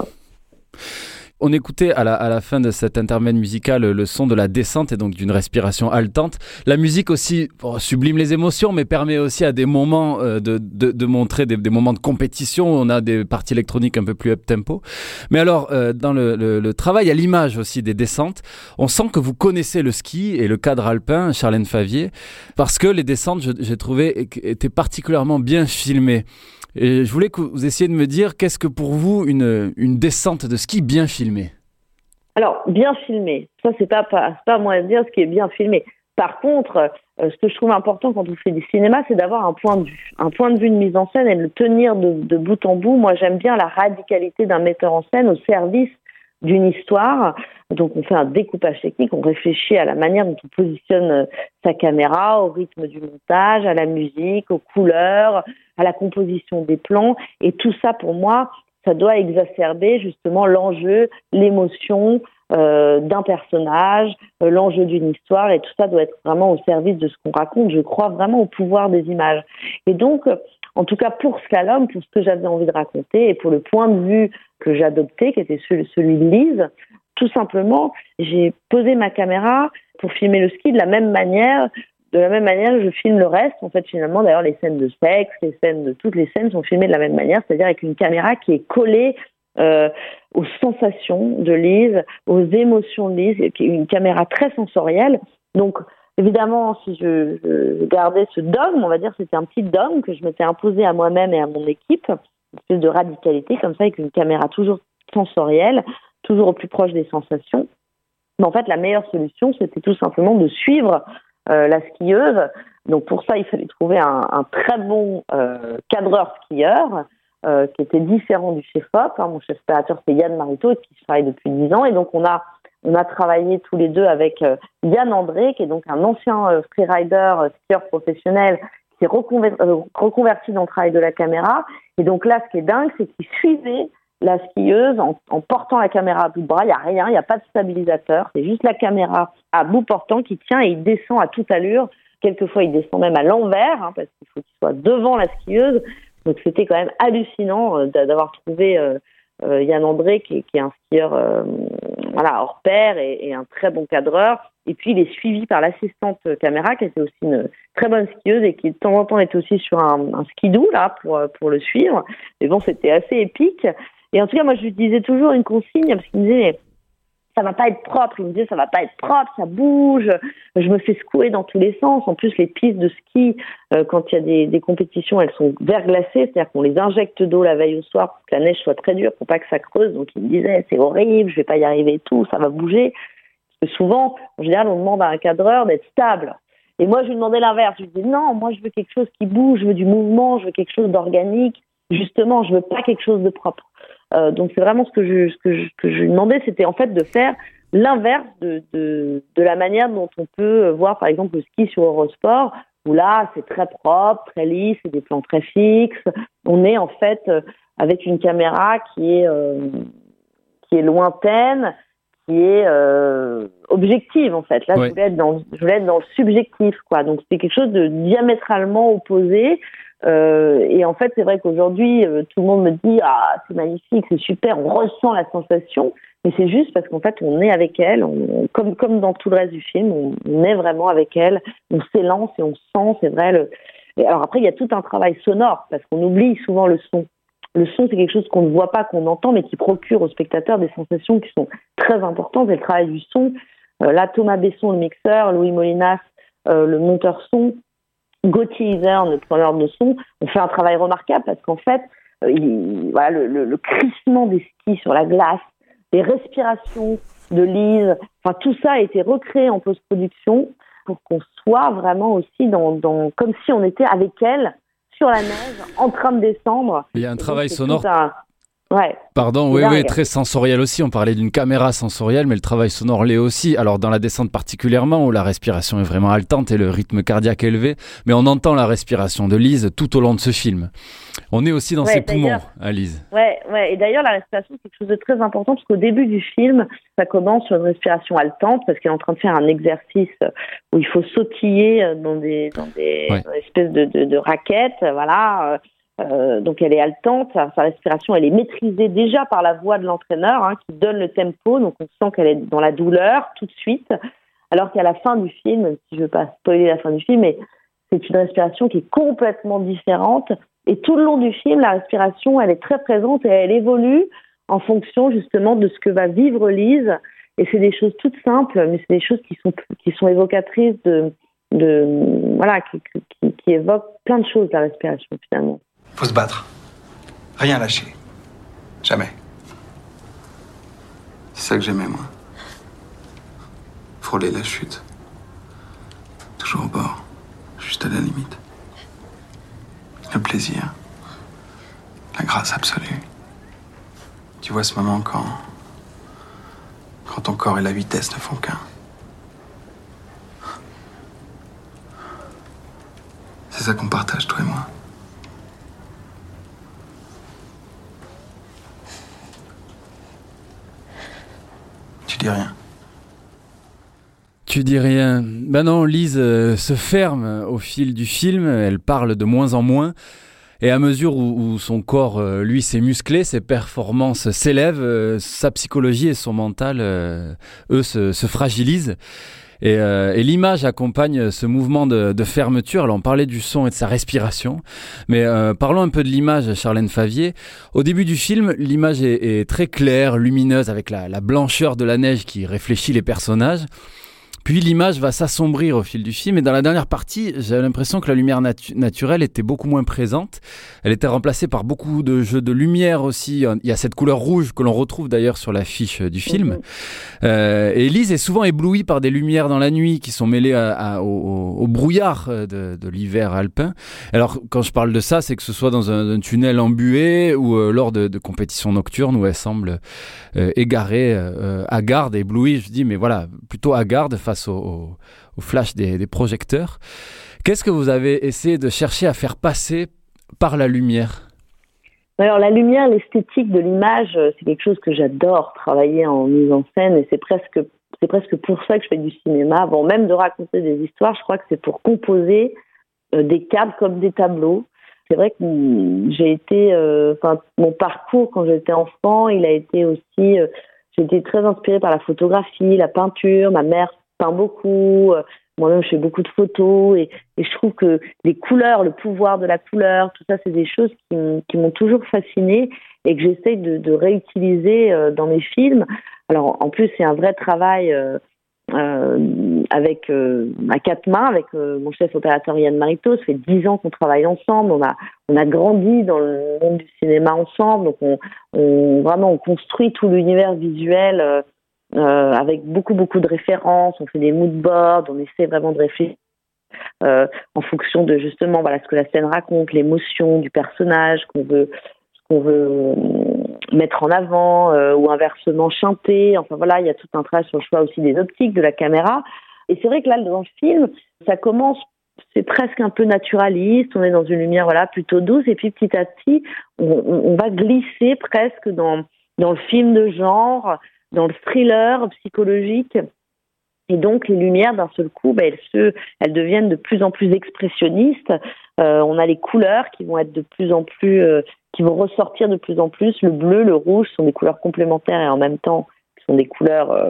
On écoutait à la, à la fin de cet intermède musical le son de la descente et donc d'une respiration haletante. La musique aussi bon, sublime les émotions, mais permet aussi à des moments euh, de, de, de montrer des, des moments de compétition. On a des parties électroniques un peu plus up-tempo. Mais alors, euh, dans le, le, le travail à l'image aussi des descentes, on sent que vous connaissez le ski et le cadre alpin, Charlène Favier, parce que les descentes, je, j'ai trouvé, étaient particulièrement bien filmées. Et je voulais que vous essayiez de me dire, qu'est-ce que pour vous une, une descente de ski bien filmée ? Alors, bien filmé, ça c'est pas, pas, c'est pas à moi de dire ce qui est bien filmé. Par contre, euh, ce que je trouve important quand on fait du cinéma, c'est d'avoir un point de vue. Un point de vue de mise en scène et de le tenir de, de bout en bout. Moi, j'aime bien la radicalité d'un metteur en scène au service d'une histoire. Donc, on fait un découpage technique, on réfléchit à la manière dont on positionne sa caméra, au rythme du montage, à la musique, aux couleurs, à la composition des plans. Et tout ça, pour moi, ça doit exacerber justement l'enjeu, l'émotion euh, d'un personnage, euh, l'enjeu d'une histoire, et tout ça doit être vraiment au service de ce qu'on raconte. Je crois vraiment au pouvoir des images. Et donc, en tout cas pour Slalom, pour ce que j'avais envie de raconter et pour le point de vue que j'ai adopté, qui était celui, celui de Lise, tout simplement, j'ai posé ma caméra pour filmer le ski de la même manière, de la même manière que je filme le reste. En fait, finalement, d'ailleurs, les scènes de sexe, les scènes de toutes les scènes sont filmées de la même manière, c'est-à-dire avec une caméra qui est collée euh, aux sensations de Lise, aux émotions de Lise, et puis une caméra très sensorielle. Donc, évidemment, si je, je gardais ce dogme, on va dire, c'était un petit dogme que je m'étais imposé à moi-même et à mon équipe, une espèce de radicalité comme ça, avec une caméra toujours sensorielle, toujours au plus proche des sensations. Mais en fait, la meilleure solution, c'était tout simplement de suivre euh, la skieuse. Donc pour ça, il fallait trouver un, un très bon euh, cadreur skieur euh, qui était différent du chef-op. Hein. Mon chef opérateur, c'est Yann Marito, qui travaille depuis dix ans. Et donc on a on a travaillé tous les deux avec euh, Yann André, qui est donc un ancien euh, freerider, euh, skieur professionnel, qui s'est reconver- euh, reconverti dans le travail de la caméra. Et donc là, ce qui est dingue, c'est qu'il suivait la skieuse en, en portant la caméra à bout de bras. Il n'y a rien, il n'y a pas de stabilisateur. C'est juste la caméra à bout portant qui tient et il descend à toute allure. Quelquefois, il descend même à l'envers, hein, parce qu'il faut qu'il soit devant la skieuse. Donc, c'était quand même hallucinant euh, d'avoir trouvé euh, euh, Yann André, qui, qui est un skieur euh, voilà, hors pair et, et un très bon cadreur. Et puis, il est suivi par l'assistante caméra, qui était aussi une très bonne skieuse et qui, de temps en temps, était aussi sur un, un skidoo, là, pour, pour le suivre. Mais bon, c'était assez épique. Et en tout cas, moi, je lui disais toujours une consigne, parce qu'il me disait, mais ça va pas être propre. Il me disait, ça va pas être propre, ça bouge. Je me fais secouer dans tous les sens. En plus, les pistes de ski, euh, quand il y a des, des compétitions, elles sont verglacées, c'est-à-dire qu'on les injecte d'eau la veille au soir pour que la neige soit très dure, pour pas que ça creuse. Donc, il me disait, c'est horrible, je vais pas y arriver et tout, ça va bouger. Parce que souvent, en général, on demande à un cadreur d'être stable. Et moi, je lui demandais l'inverse. Je lui disais, non, moi, je veux quelque chose qui bouge, je veux du mouvement, je veux quelque chose d'organique. justement, je veux pas quelque chose de propre. Euh, donc c'est vraiment ce que je, ce que je, ce que je lui demandais, c'était en fait de faire l'inverse de, de, de la manière dont on peut voir par exemple le ski sur Eurosport, où là c'est très propre, très lisse, c'est des plans très fixes. On est en fait avec une caméra qui est euh, qui est lointaine, qui est euh, objective en fait. Là, ouais. je voulais être dans, je voulais être dans le subjectif, quoi. Donc c'était quelque chose de diamétralement opposé. Euh, et en fait, c'est vrai qu'aujourd'hui, euh, tout le monde me dit ah c'est magnifique, c'est super, on ressent la sensation. Mais c'est juste parce qu'en fait, on est avec elle, on, comme comme dans tout le reste du film, on, on est vraiment avec elle, on s'élance et on sent, c'est vrai. Le... Et alors après, il y a tout un travail sonore parce qu'on oublie souvent le son. Le son, c'est quelque chose qu'on ne voit pas, qu'on entend, mais qui procure au spectateur des sensations qui sont très importantes. Et le travail du son, euh, là, Thomas Besson, le mixeur, Louis Molinas, euh, le monteur son, Gauthier Iverne, le preneur de son, ont fait un travail remarquable parce qu'en fait, euh, il, voilà, le, le, le crissement des skis sur la glace, les respirations de Lise, enfin tout ça a été recréé en post-production pour qu'on soit vraiment aussi dans, dans comme si on était avec elle sur la neige, en train de descendre. Il y a un travail sonore. Un... Ouais. Pardon, oui, oui, très sensoriel aussi. On parlait d'une caméra sensorielle, mais le travail sonore l'est aussi. Alors dans la descente particulièrement, où la respiration est vraiment haletante et le rythme cardiaque élevé, mais on entend la respiration de Lise tout au long de ce film. On est aussi dans ouais, ses poumons, à Lise. Ouais, ouais. Et d'ailleurs, la respiration, c'est quelque chose de très important parce qu'au début du film, ça commence sur une respiration haletante parce qu'elle est en train de faire un exercice où il faut sautiller dans des, dans des, ouais. dans des espèces de, de, de raquettes, voilà. Euh, donc elle est haletante, sa, sa respiration, elle est maîtrisée déjà par la voix de l'entraîneur hein, qui donne le tempo. Donc on sent qu'elle est dans la douleur tout de suite. Alors qu'à la fin du film, même si je ne veux pas spoiler la fin du film, mais c'est une respiration qui est complètement différente. Et tout le long du film, la respiration, elle est très présente et elle évolue en fonction justement de ce que va vivre Lise. Et c'est des choses toutes simples, mais c'est des choses qui sont qui sont évocatrices de de voilà qui qui, qui évoquent plein de choses la respiration finalement. Faut se battre, rien lâcher, jamais. C'est ça que j'aimais moi. Frôler la chute, toujours au bord, juste à la limite. Le plaisir, la grâce absolue. Tu vois ce moment quand, quand ton corps et la vitesse ne font qu'un. C'est ça qu'on partage, toi et moi. Tu dis rien. Tu dis rien. Ben non, Lise euh, se ferme au fil du film, elle parle de moins en moins, et à mesure où, où son corps, euh, lui, s'est musclé, ses performances s'élèvent, euh, sa psychologie et son mental, euh, eux, se, se fragilisent. Et, euh, et l'image accompagne ce mouvement de, de fermeture. Alors on parlait du son et de sa respiration, mais euh, parlons un peu de l'image, Charlène Favier. Au début du film, l'image est, est très claire, lumineuse, avec la, la blancheur de la neige qui réfléchit les personnages. Puis l'image va s'assombrir au fil du film, et dans la dernière partie, j'ai l'impression que la lumière natu- naturelle était beaucoup moins présente. Elle était remplacée par beaucoup de jeux de lumière aussi. Il y a cette couleur rouge que l'on retrouve d'ailleurs sur l'affiche du film. Mmh. Euh, et Lise est souvent éblouie par des lumières dans la nuit qui sont mêlées à, à, au, au brouillard de, de l'hiver alpin. Alors quand je parle de ça, c'est que ce soit dans un, un tunnel embué ou euh, lors de, de compétitions nocturnes où elle semble euh, égarée, euh, hagarde, éblouie. Je dis mais voilà, plutôt hagarde face Au, au, au flash des, des projecteurs. Qu'est-ce que vous avez essayé de chercher à faire passer par la lumière ? Alors la lumière, l'esthétique de l'image, c'est quelque chose que j'adore travailler en mise en scène, et c'est presque, c'est presque pour ça que je fais du cinéma. Avant même de raconter des histoires, je crois que c'est pour composer euh, des cadres comme des tableaux. C'est vrai que j'ai été, euh, enfin mon parcours quand j'étais enfant, il a été aussi, euh, j'ai été très inspirée par la photographie, la peinture. Ma mère peint beaucoup, moi-même je fais beaucoup de photos, et, et je trouve que les couleurs, le pouvoir de la couleur, tout ça c'est des choses qui, m- qui m'ont toujours fascinée et que j'essaye de, de réutiliser euh, dans mes films. Alors en plus c'est un vrai travail euh, euh, avec euh, à quatre mains, avec euh, mon chef opérateur Yann Marito. Ça fait dix ans qu'on travaille ensemble, on a, on a grandi dans le monde du cinéma ensemble, donc on, on, vraiment on construit tout l'univers visuel euh, Euh, avec beaucoup beaucoup de références, on fait des mood boards, on essaie vraiment de réfléchir euh, en fonction de justement voilà ce que la scène raconte, l'émotion du personnage qu'on veut qu'on veut mettre en avant euh, ou inversement chanter. Enfin voilà, il y a tout un travail sur le choix aussi des optiques, de la caméra. Et c'est vrai que là, dans le film, ça commence, c'est presque un peu naturaliste. On est dans une lumière voilà plutôt douce, et puis petit à petit, on, on, on va glisser presque dans dans le film de genre, dans le thriller psychologique. Et donc, les lumières, d'un seul coup, bah, elles, se, elles deviennent de plus en plus expressionnistes. Euh, on a les couleurs qui vont être de plus en plus, euh, qui vont ressortir de plus en plus. Le bleu, le rouge sont des couleurs complémentaires et en même temps, sont des couleurs euh,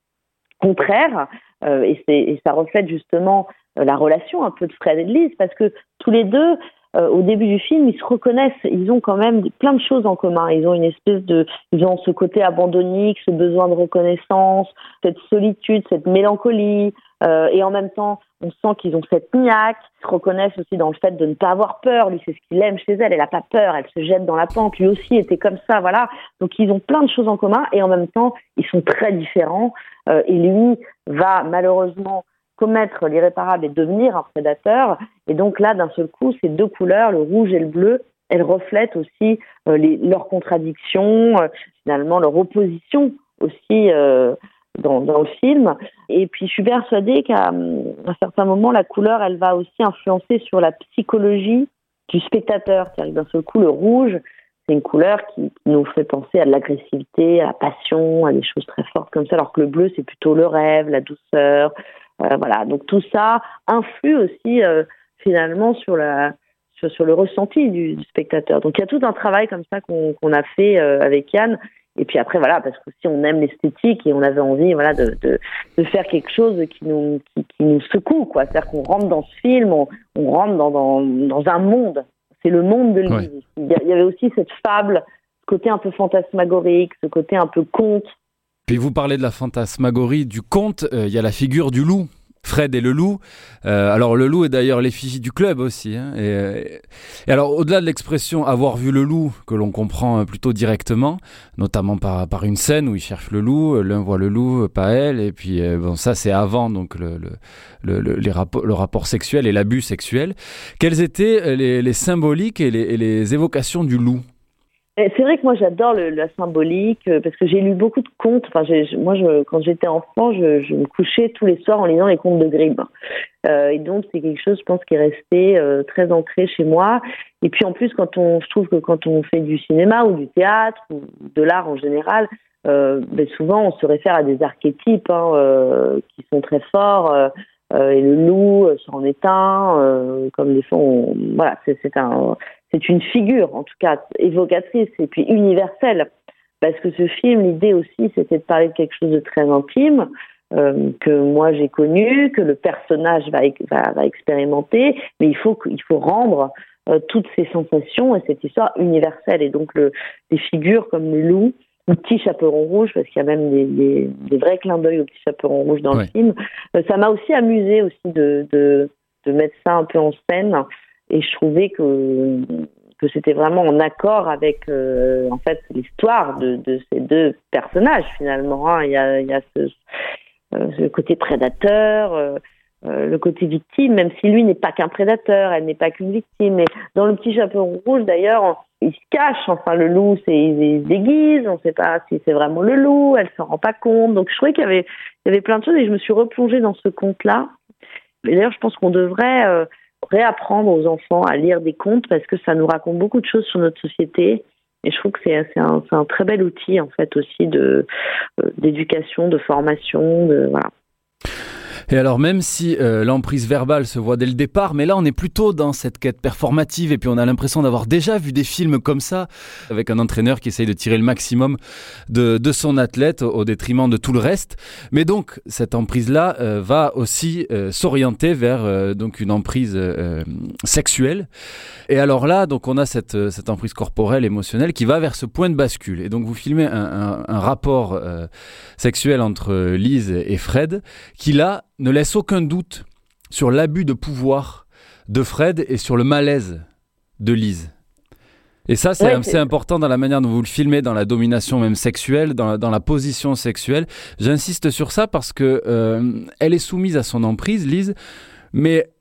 contraires. Euh, et, c'est, et ça reflète justement euh, la relation un peu de Fred et de Lise, parce que tous les deux, Euh, au début du film, ils se reconnaissent, ils ont quand même plein de choses en commun. Ils ont une espèce de, ils ont ce côté abandonnique, ce besoin de reconnaissance, cette solitude, cette mélancolie, euh, et en même temps, on sent qu'ils ont cette niaque. Ils se reconnaissent aussi dans le fait de ne pas avoir peur. Lui, c'est ce qu'il aime chez elle. Elle a pas peur, elle se jette dans la pente. Lui aussi était comme ça, voilà. Donc ils ont plein de choses en commun, et en même temps, ils sont très différents. Euh, et lui va malheureusement commettre l'irréparable et devenir un prédateur. Et donc là, d'un seul coup, ces deux couleurs, le rouge et le bleu, elles reflètent aussi euh, les, leurs contradictions, euh, finalement leur opposition aussi euh, dans, dans le film. Et puis je suis persuadée qu'à un certain moment, la couleur, elle va aussi influencer sur la psychologie du spectateur. C'est-à-dire que d'un seul coup, le rouge, c'est une couleur qui, qui nous fait penser à de l'agressivité, à la passion, à des choses très fortes comme ça, alors que le bleu, c'est plutôt le rêve, la douceur. Euh, voilà, donc tout ça influe aussi euh, finalement sur la sur, sur le ressenti du, du spectateur. Donc il y a tout un travail comme ça qu'on, qu'on a fait euh, avec Yann. Et puis après voilà, parce que si on aime l'esthétique et on avait envie voilà de de, de faire quelque chose qui nous qui, qui nous secoue quoi. C'est-à-dire qu'on rentre dans ce film, on, on rentre dans, dans dans un monde. C'est le monde de Lise. Ouais. Il y avait aussi cette fable, ce côté un peu fantasmagorique, ce côté un peu conte. Puis vous parlez de la fantasmagorie du conte, il euh, y a la figure du loup. Fred et le loup. Euh, alors le loup est d'ailleurs l'effigie du club aussi. Hein, et, et alors au-delà de l'expression avoir vu le loup, que l'on comprend plutôt directement, notamment par, par une scène où ils cherchent le loup, l'un voit le loup, pas elle, et puis euh, bon ça c'est avant donc le, le, le, le, les rapports, le rapport sexuel et l'abus sexuel. Quelles étaient les, les symboliques et les, et les évocations du loup ? C'est vrai que moi j'adore le, la symbolique parce que j'ai lu beaucoup de contes. Enfin, j'ai, moi, je, quand j'étais enfant, je, je me couchais tous les soirs en lisant les contes de Grimm. Euh, et donc c'est quelque chose, je pense, qui est resté euh, très ancré chez moi. Et puis en plus, quand on, je trouve que quand on fait du cinéma ou du théâtre ou de l'art en général, euh, ben souvent on se réfère à des archétypes hein, euh, qui sont très forts. Euh, euh, et le loup euh, c'en est un. Euh, comme des fois, on, voilà, c'est, c'est un. C'est une figure, en tout cas, évocatrice et puis universelle. Parce que ce film, l'idée aussi, c'était de parler de quelque chose de très intime, euh, que moi j'ai connu, que le personnage va, va, va expérimenter, mais il faut, il faut rendre euh, toutes ces sensations et cette histoire universelle. Et donc, le, des figures comme le loup, le petit chaperon rouge, parce qu'il y a même des, des, des vrais clins d'œil au petit chaperon rouge dans ouais. le film, euh, ça m'a aussi amusé aussi de, de, de mettre ça un peu en scène. Et je trouvais que, que c'était vraiment en accord avec euh, en fait l'histoire de, de ces deux personnages finalement. Hein. Il y a, il y a ce, euh, ce côté prédateur, euh, euh, le côté victime, même si lui n'est pas qu'un prédateur, elle n'est pas qu'une victime. Mais dans le petit chaperon rouge d'ailleurs, il se cache. Enfin, le loup, c'est, il se déguise. On ne sait pas si c'est vraiment le loup. Elle s'en rend pas compte. Donc je trouvais qu'il y avait, il y avait plein de choses et je me suis replongée dans ce conte-là. Et d'ailleurs, je pense qu'on devrait euh, réapprendre aux enfants à lire des contes parce que ça nous raconte beaucoup de choses sur notre société et je trouve que c'est, c'est, un, c'est un très bel outil en fait aussi de, euh, d'éducation, de formation, de, voilà. Et alors même si euh, l'emprise verbale se voit dès le départ, mais là on est plutôt dans cette quête performative et puis on a l'impression d'avoir déjà vu des films comme ça avec un entraîneur qui essaye de tirer le maximum de, de son athlète au, au détriment de tout le reste. Mais donc cette emprise-là euh, va aussi euh, s'orienter vers euh, donc une emprise euh, sexuelle. Et alors là, donc on a cette, cette emprise corporelle, émotionnelle qui va vers ce point de bascule. Et donc vous filmez un, un, un rapport euh, sexuel entre Lise et Fred qui là ne laisse aucun doute sur l'abus de pouvoir de Fred et sur le malaise de Lise. Et ça, c'est, ouais, c'est... c'est important dans la manière dont vous le filmez, dans la domination même sexuelle, dans la, dans la position sexuelle. J'insiste sur ça parce que euh, elle est soumise à son emprise, Lise, mais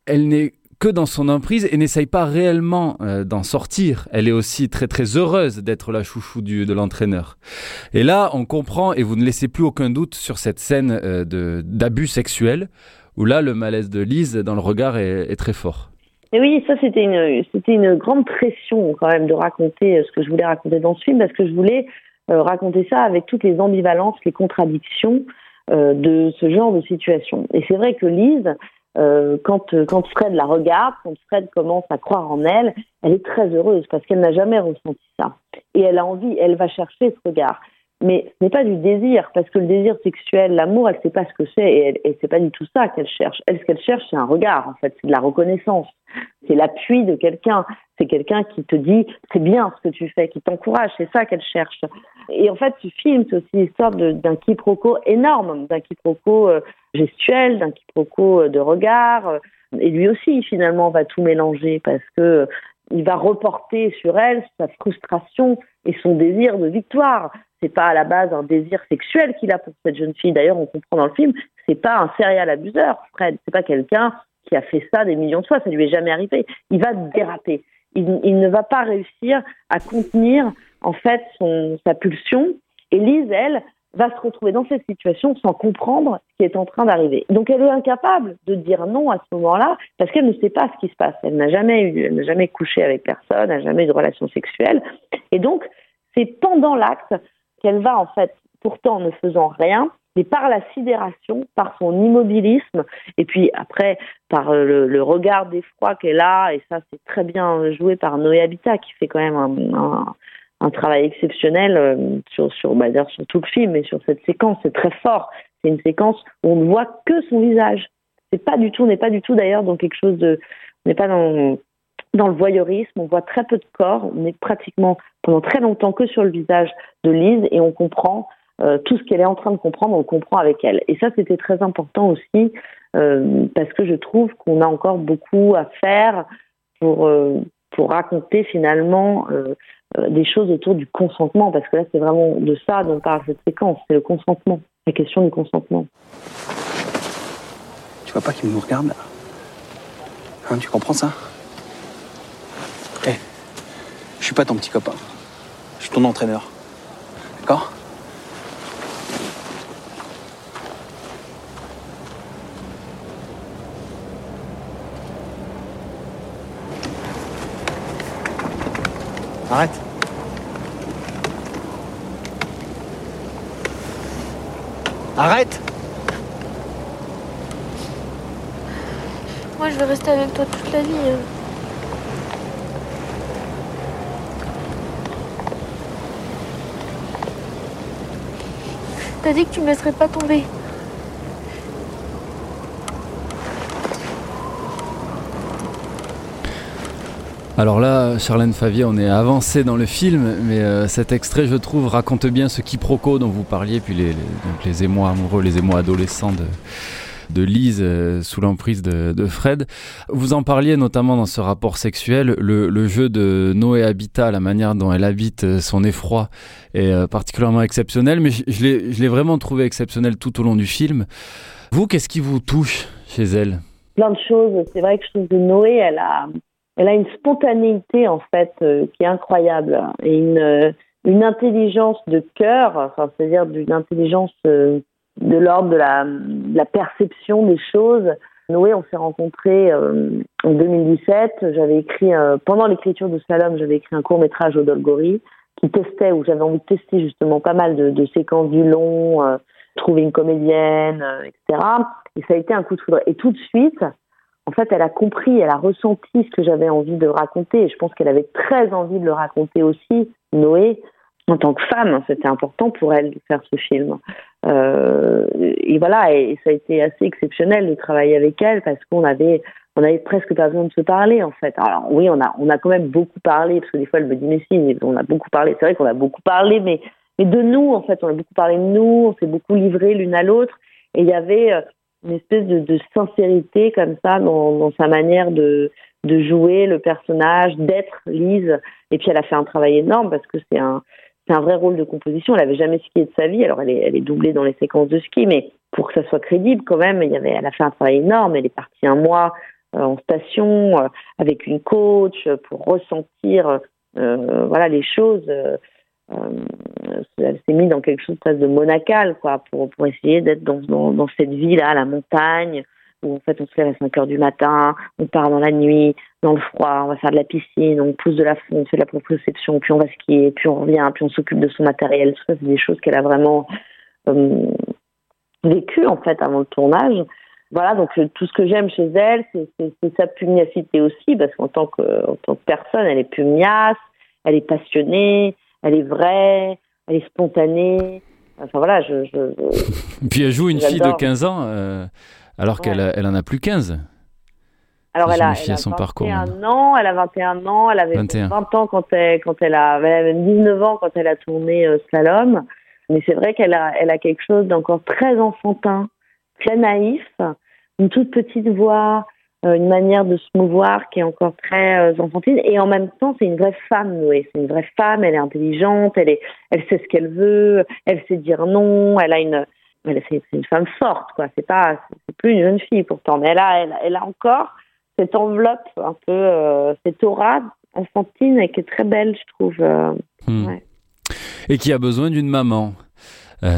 elle n'est que dans son emprise et n'essaye pas réellement euh, d'en sortir. Elle est aussi très très heureuse d'être la chouchou du, de l'entraîneur. Et là, on comprend, et vous ne laissez plus aucun doute sur cette scène euh, de, d'abus sexuel, où là, le malaise de Lise dans le regard est, est très fort. Et oui, ça c'était une, c'était une grande pression quand même de raconter ce que je voulais raconter dans ce film, parce que je voulais euh, raconter ça avec toutes les ambivalences, les contradictions euh, de ce genre de situation. Et c'est vrai que Lise, Euh, quand, quand Fred la regarde, quand Fred commence à croire en elle, elle est très heureuse parce qu'elle n'a jamais ressenti ça. Et elle a envie, elle va chercher ce regard. Mais ce n'est pas du désir, parce que le désir sexuel, l'amour, elle ne sait pas ce que c'est et, elle, et c'est pas du tout ça qu'elle cherche. Elle, ce qu'elle cherche, c'est un regard, en fait, c'est de la reconnaissance. C'est l'appui de quelqu'un. C'est quelqu'un qui te dit « c'est bien ce que tu fais », qui t'encourage, c'est ça qu'elle cherche. Et en fait, ce film, c'est aussi l'histoire de, d'un quiproquo énorme, d'un quiproquo euh, gestuel, d'un quiproquo de regard. Et lui aussi, finalement, va tout mélanger parce que euh, il va reporter sur elle sa frustration et son désir de victoire. C'est pas à la base un désir sexuel qu'il a pour cette jeune fille. D'ailleurs, on comprend dans le film, c'est pas un serial abuseur, Fred. C'est pas quelqu'un qui a fait ça des millions de fois. Ça lui est jamais arrivé. Il va déraper. Il, il ne va pas réussir à contenir, en fait, son, sa pulsion. Et Lise, elle, va se retrouver dans cette situation sans comprendre ce qui est en train d'arriver. Donc, elle est incapable de dire non à ce moment-là parce qu'elle ne sait pas ce qui se passe. Elle n'a jamais eu, elle n'a jamais couché avec personne, elle n'a jamais eu de relation sexuelle. Et donc, c'est pendant l'acte qu'elle va, en fait, pourtant en ne faisant rien, mais par la sidération, par son immobilisme, et puis après, par le, le regard d'effroi qu'elle a, et ça, c'est très bien joué par Noé Habitat, qui fait quand même un, un, un travail exceptionnel euh, sur, sur, bah, d'ailleurs, sur tout le film, et sur cette séquence, c'est très fort. C'est une séquence où on ne voit que son visage. C'est pas du tout, on n'est pas du tout d'ailleurs dans quelque chose de, on n'est pas dans, dans le voyeurisme, on voit très peu de corps, on est pratiquement pendant très longtemps que sur le visage de Lise, et on comprend Euh, tout ce qu'elle est en train de comprendre, on le comprend avec elle. Et ça, c'était très important aussi, euh, parce que je trouve qu'on a encore beaucoup à faire pour, euh, pour raconter finalement euh, euh, des choses autour du consentement, parce que là, c'est vraiment de ça dont parle cette séquence, c'est le consentement, la question du consentement. Tu vois pas qu'il nous regarde, là? Hein, tu comprends ça? Hé, hey, je suis pas ton petit copain. Je suis ton entraîneur. D'accord? Arrête. Arrête. Moi, je vais rester avec toi toute la vie. hein. T'as dit que tu me laisserais pas tomber. Alors là, Charlène Favier, on est avancé dans le film, mais euh, cet extrait, je trouve, raconte bien ce quiproquo dont vous parliez, puis les, les, donc les émois amoureux, les émois adolescents de, de Lise euh, sous l'emprise de, de Fred. Vous en parliez notamment dans ce rapport sexuel, le, le jeu de Noé Habitat, la manière dont elle habite son effroi est euh, particulièrement exceptionnel, mais je, je, l'ai, je l'ai vraiment trouvé exceptionnel tout au long du film. Vous, qu'est-ce qui vous touche chez elle? Plein de choses. C'est vrai que je trouve que Noé, elle a... Elle a une spontanéité, en fait, euh, qui est incroyable. Et une, euh, une intelligence de cœur, enfin, c'est-à-dire d'une intelligence euh, de l'ordre de la, de la perception des choses. Noé, on s'est rencontrés euh, en deux mille dix-sept. J'avais écrit, euh, pendant l'écriture de Salom, j'avais écrit un court-métrage au Dolgory qui testait, où j'avais envie de tester justement pas mal de, de séquences du long, euh, trouver une comédienne, euh, et cetera. Et ça a été un coup de foudre. Et tout de suite, en fait, elle a compris, elle a ressenti ce que j'avais envie de raconter. Et je pense qu'elle avait très envie de le raconter aussi, Noé, en tant que femme. C'était important pour elle de faire ce film. Euh, et voilà, et ça a été assez exceptionnel de travailler avec elle parce qu'on avait, on avait presque pas besoin de se parler, en fait. Alors oui, on a, on a quand même beaucoup parlé, parce que des fois, elle me dit, mais si, on a beaucoup parlé. C'est vrai qu'on a beaucoup parlé, mais, mais de nous, en fait, on a beaucoup parlé de nous, on s'est beaucoup livrés l'une à l'autre. Et il y avait une espèce de, de sincérité comme ça dans, dans sa manière de, de jouer le personnage, d'être Lise. Et puis elle a fait un travail énorme parce que c'est un, c'est un vrai rôle de composition. Elle n'avait jamais skié de sa vie, alors elle est, elle est doublée dans les séquences de ski, mais pour que ça soit crédible quand même, il y avait, elle a fait un travail énorme. Elle est partie un mois euh, en station euh, avec une coach euh, pour ressentir euh, voilà les choses. Euh, euh, elle s'est mise dans quelque chose presque de monacal, quoi, pour pour essayer d'être dans dans, dans cette vie là, à la montagne, où en fait on se lève à cinq heures du matin, on part dans la nuit, dans le froid, on va faire de la piscine, on pousse de la fonte, on fait de la proprioception, puis on va skier, puis on revient, puis on s'occupe de son matériel. Tout ça, c'est des choses qu'elle a vraiment euh, vécues en fait avant le tournage. Voilà, donc euh, tout ce que j'aime chez elle, c'est, c'est, c'est sa pugnacité aussi, parce qu'en tant que, en tant que personne, elle est pugnace, elle est passionnée, elle est vraie, elle est spontanée. Enfin voilà, je... je, je Puis elle joue une j'adore. fille de quinze ans, euh, alors qu'elle Ouais. a, elle en a plus quinze. Alors, Si elle je a, me fie elle à a son vingt et un parcours, ans, elle a vingt et un ans, elle avait vingt et un. vingt ans quand elle, quand elle a, elle avait dix-neuf ans quand elle a tourné euh, Slalom. Mais c'est vrai qu'elle a, elle a quelque chose d'encore très enfantin, très naïf, une toute petite voix, euh, une manière de se mouvoir qui est encore très euh, enfantine. Et en même temps, c'est une vraie femme, Noé. C'est une vraie femme, elle est intelligente, elle est, elle sait ce qu'elle veut, elle sait dire non, elle a une, elle, c'est, c'est une femme forte, quoi. C'est pas, c'est plus une jeune fille pourtant, mais elle a, elle, elle a encore cette enveloppe un peu, euh, cette aura enfantine et qui est très belle, je trouve. Euh, Hmm. ouais. Et qui a besoin d'une maman. Euh,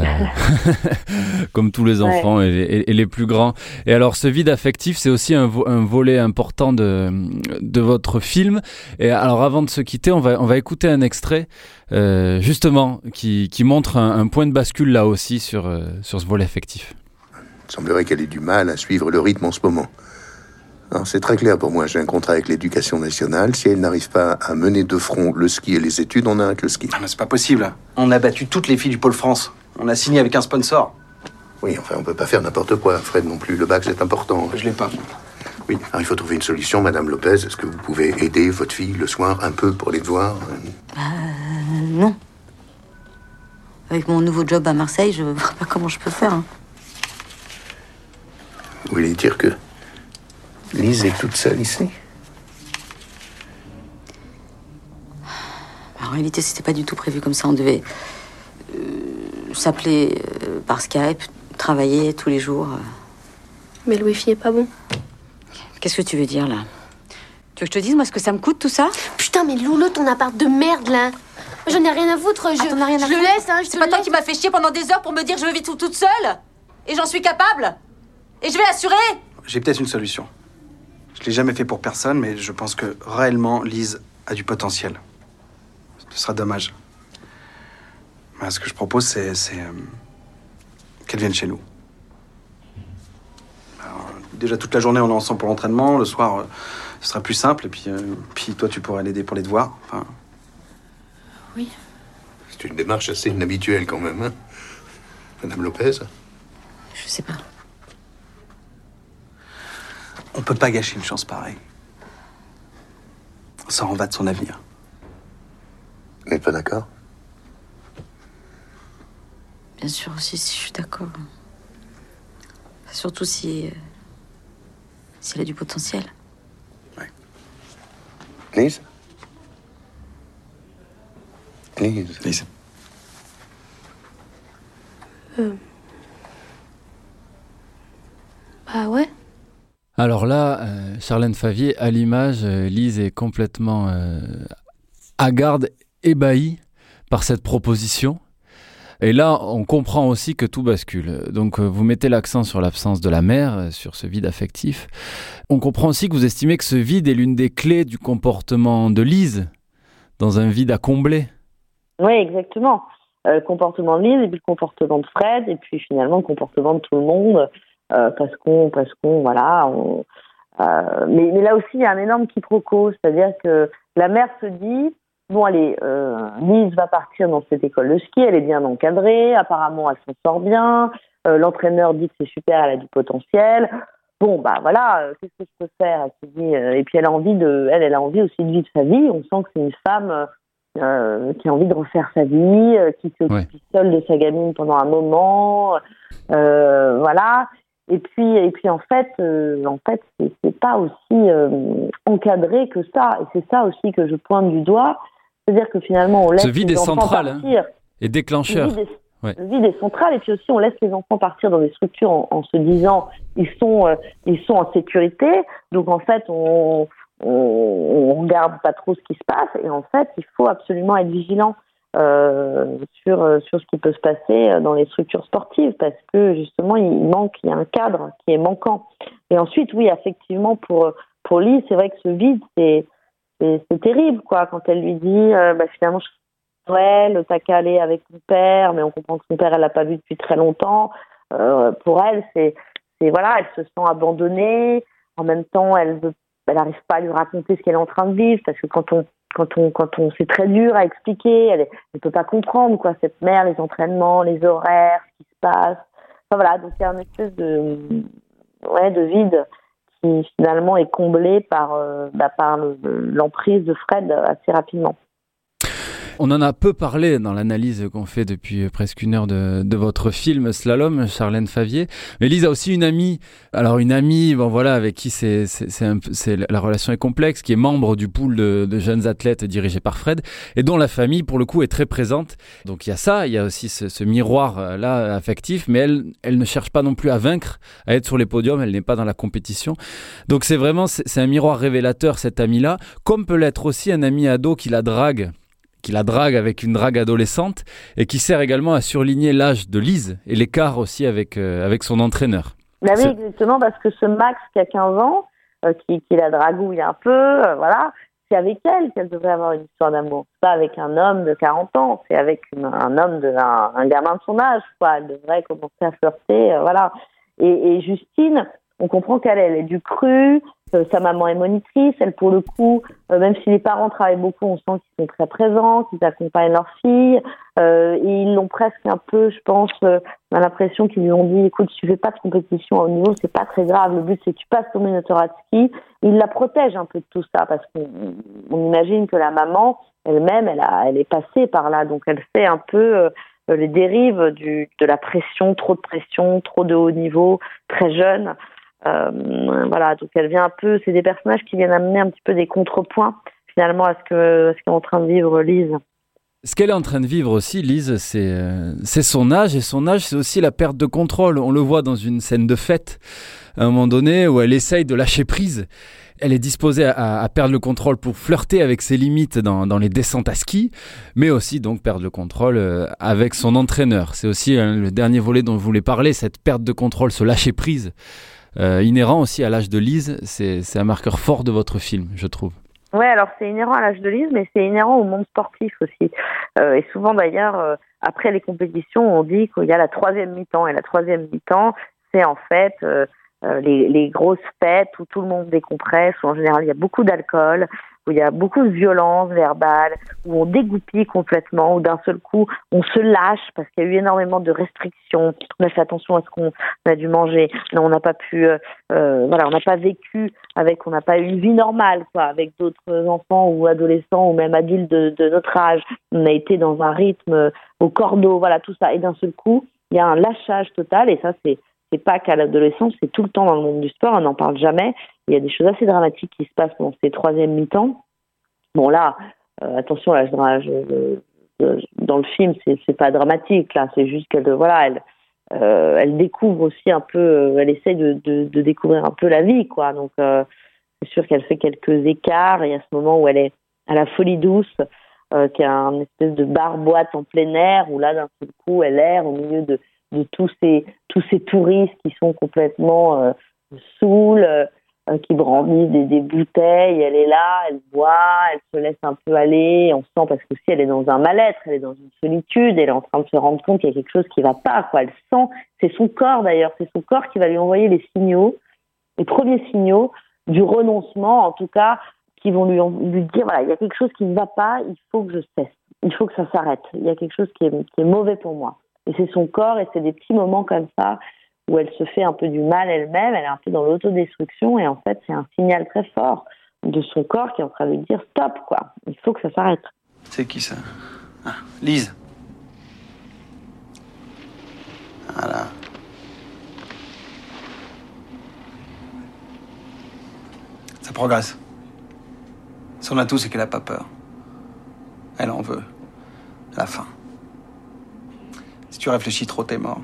comme tous les enfants ouais. et, et, et les plus grands. Et alors, ce vide affectif, c'est aussi un, vo- un volet important de, de votre film. Et alors, avant de se quitter, on va, on va écouter un extrait, euh, justement, qui, qui montre un, un point de bascule là aussi sur, euh, sur ce volet affectif. Il semblerait qu'elle ait du mal à suivre le rythme en ce moment. Alors, c'est très clair pour moi, j'ai un contrat avec l'éducation nationale. Si elle n'arrive pas à mener de front le ski et les études, on arrête le ski. Ah, mais c'est pas possible. On a battu toutes les filles du Pôle France. On a signé avec un sponsor. Oui, enfin, on peut pas faire n'importe quoi, Fred, non plus. Le bac, c'est important. Je l'ai pas. Oui, alors il faut trouver une solution, Madame Lopez. Est-ce que vous pouvez aider votre fille le soir un peu pour les devoirs? Euh, non. Avec mon nouveau job à Marseille, je vois pas comment je peux faire. Hein. Vous voulez dire que Lise est toute seule ici? En réalité, c'était pas du tout prévu comme ça. On devait euh, s'appeler euh, par Skype, travailler tous les jours. Euh. Mais le wifi est pas bon. Qu'est-ce que tu veux dire, là? Tu veux que je te dise, moi, ce que ça me coûte, tout ça? Putain, mais Loulou, ton appart de merde, là. J'en ai rien à foutre, je, Ah, t'en as rien à je le foutre. laisse, hein, je C'est te pas le toi laisse. qui m'as fait chier pendant des heures pour me dire que je veux vivre tout- toute seule? Et j'en suis capable? Et je vais assurer? J'ai peut-être une solution. Je l'ai jamais fait pour personne, mais je pense que réellement, Lise a du potentiel. Ce sera dommage. Voilà, ce que je propose, c'est, c'est euh, qu'elle vienne chez nous. Alors, déjà, toute la journée, on est ensemble pour l'entraînement. Le soir, euh, ce sera plus simple. Et puis, euh, puis toi, tu pourrais l'aider pour les devoirs. Enfin, Oui. C'est une démarche assez inhabituelle quand même, hein, Madame Lopez? Je sais pas. on peut pas gâcher une chance pareille. Ça en va de son avenir. Vous n'êtes pas d'accord? Bien sûr aussi, si je suis d'accord. Surtout si... euh, si elle a du potentiel. Lise? Lise? Lise. Euh... Bah ouais. Alors là, euh, Charlène Favier, à l'image, euh, Lise est complètement euh, hagarde, ébahie par cette proposition. Et là, on comprend aussi que tout bascule. Donc, euh, vous mettez l'accent sur l'absence de la mère, euh, sur ce vide affectif. On comprend aussi que vous estimez que ce vide est l'une des clés du comportement de Lise, dans un vide à combler. Oui, exactement. Euh, le comportement de Lise, et puis le comportement de Fred, et puis finalement le comportement de tout le monde. Euh, parce qu'on, parce qu'on, voilà. On, euh, mais, mais là aussi, il y a un énorme quiproquo, c'est-à-dire que la mère se dit, bon, allez, euh, Lise va partir dans cette école de ski, elle est bien encadrée, apparemment elle s'en sort bien, euh, l'entraîneur dit que c'est super, elle a du potentiel. Bon, bah voilà, euh, qu'est-ce que je peux faire? Elle se dit, euh, et puis elle a envie de, elle, elle a envie aussi de vivre sa vie. On sent que c'est une femme euh, qui a envie de refaire sa vie, euh, qui se Ouais. occupe seule de sa gamine pendant un moment, euh, voilà. Et puis, et puis en fait, euh, en fait, c'est, c'est pas aussi euh, encadré que ça. Et c'est ça aussi que je pointe du doigt. C'est-à-dire que finalement, on laisse Ce vide les est enfants central, hein, partir. et déclencheur. Ce vide est- Ouais. Le vide est central, et puis aussi on laisse les enfants partir dans des structures en, en se disant ils sont euh, ils sont en sécurité, donc en fait on, on on regarde pas trop ce qui se passe, et en fait il faut absolument être vigilant euh, sur euh, sur ce qui peut se passer dans les structures sportives, parce que justement il manque il y a un cadre qui est manquant. Et ensuite oui, effectivement, pour pour Lise, c'est vrai que ce vide c'est c'est, c'est terrible quoi, quand elle lui dit euh, bah finalement je Noël, t'as qu'à aller avec ton père, mais on comprend que son père, elle l'a pas vu depuis très longtemps. Euh, pour elle, c'est, c'est voilà, elle se sent abandonnée. En même temps, elle veut, elle arrive pas à lui raconter ce qu'elle est en train de vivre, parce que quand on, quand on, quand on, c'est très dur à expliquer. Elle, elle peut pas comprendre quoi, cette mère, les entraînements, les horaires, ce qui se passe. Enfin voilà, donc il y a une espèce de, ouais, de vide qui finalement est comblé par, euh, bah, par le, l'emprise de Fred assez rapidement. On en a peu parlé dans l'analyse qu'on fait depuis presque une heure de, de votre film Slalom, Charlène Favier. Mais Lise a aussi une amie. Alors une amie, bon voilà, avec qui c'est, c'est, c'est un peu, c'est, la relation est complexe, qui est membre du pool de, de jeunes athlètes dirigé par Fred, et dont la famille, pour le coup, est très présente. Donc il y a ça, il y a aussi ce, ce miroir là affectif, mais elle, elle ne cherche pas non plus à vaincre, à être sur les podiums. Elle n'est pas dans la compétition. Donc c'est vraiment, c'est, c'est un miroir révélateur, cette amie-là, comme peut l'être aussi un ami ado qui la drague. qui la drague avec une drague adolescente, et qui sert également à surligner l'âge de Lise et l'écart aussi avec, euh, avec son entraîneur. Bah oui, exactement, parce que ce Max qui a quinze ans, euh, qui, qui la dragouille un peu, euh, voilà, c'est avec elle qu'elle devrait avoir une histoire d'amour. C'est pas avec un homme de quarante ans, c'est avec une, un homme, de, un, un gamin de son âge, quoi. Elle devrait commencer à flirter, euh, voilà. Et, et Justine, on comprend qu'elle elle est du cru. Euh, sa maman est monitrice, elle pour le coup, euh, même si les parents travaillent beaucoup, on sent qu'ils sont très présents, qu'ils accompagnent leur fille, euh, et ils l'ont presque un peu, je pense, euh, on a l'impression qu'ils lui ont dit, écoute, si tu fais pas de compétition à haut niveau, c'est pas très grave, le but c'est que tu passes ton minotaure de ski. Ils la protègent un peu de tout ça, parce qu'on on imagine que la maman, elle-même, elle a, elle est passée par là, donc elle sait un peu euh, les dérives du, de la pression, trop de pression, trop de haut niveau, très jeune. Euh, voilà, donc elle vient un peu, c'est des personnages qui viennent amener un petit peu des contrepoints finalement à ce que à ce qu'est en train de vivre Lise. Ce qu'elle est en train de vivre aussi, Lise, c'est, euh, c'est son âge, et son âge, c'est aussi la perte de contrôle. On le voit dans une scène de fête, à un moment donné, où elle essaye de lâcher prise. Elle est disposée à, à perdre le contrôle pour flirter avec ses limites dans, dans les descentes à ski, mais aussi donc perdre le contrôle euh, avec son entraîneur. C'est aussi hein, le dernier volet dont je voulais parler, cette perte de contrôle, ce lâcher prise. Euh, inhérent aussi à l'âge de Lise, c'est, c'est un marqueur fort de votre film, je trouve. Ouais, alors c'est inhérent à l'âge de Lise, mais c'est inhérent au monde sportif aussi. Euh, et souvent d'ailleurs, euh, après les compétitions, on dit qu'il y a la troisième mi-temps, et la troisième mi-temps, c'est en fait euh, euh, les, les grosses fêtes où tout le monde décompresse, où en général il y a beaucoup d'alcool, où il y a beaucoup de violence verbale, où on dégoupille complètement, où d'un seul coup on se lâche parce qu'il y a eu énormément de restrictions. On a fait attention à ce qu'on a dû manger. Non, on n'a pas pu, euh, euh, voilà, on n'a pas vécu avec, on n'a pas eu une vie normale, quoi, avec d'autres enfants ou adolescents ou même adultes de, de notre âge. On a été dans un rythme au cordeau, voilà, tout ça. Et d'un seul coup, il y a un lâchage total, et ça c'est c'est pas qu'à l'adolescence, c'est tout le temps dans le monde du sport, on n'en parle jamais. Il y a des choses assez dramatiques qui se passent dans ces troisième mi-temps. Bon là, euh, attention, là, je, je, je, dans le film, c'est, c'est pas dramatique, là, c'est juste qu'elle, voilà, elle, euh, elle découvre aussi un peu, euh, elle essaie de, de, de découvrir un peu la vie, quoi. Donc, euh, c'est sûr qu'elle fait quelques écarts, et à ce moment où elle est à la Folie Douce, euh, qui est un espèce de bar-boîte en plein air, où là, d'un seul coup, elle erre au milieu de de tous ces tous ces touristes qui sont complètement euh, saouls, euh, qui brandissent des, des bouteilles. Elle est là, elle boit, elle se laisse un peu aller. On sent, parce que si elle est dans un mal-être, elle est dans une solitude, elle est en train de se rendre compte qu'il y a quelque chose qui va pas, quoi. Elle sent, c'est son corps d'ailleurs, c'est son corps qui va lui envoyer les signaux, les premiers signaux du renoncement, en tout cas, qui vont lui, lui dire, voilà, il y a quelque chose qui ne va pas, il faut que je cesse, il faut que ça s'arrête, il y a quelque chose qui est, qui est mauvais pour moi. Et c'est son corps, et c'est des petits moments comme ça où elle se fait un peu du mal elle-même, elle est un peu dans l'autodestruction, et en fait c'est un signal très fort de son corps qui est en train de lui dire stop, quoi, il faut que ça s'arrête. C'est qui ça? Ah, Lise. Voilà. Ça progresse. Son atout, c'est qu'elle a pas peur. Elle en veut. À la fin. Si tu réfléchis trop, t'es mort.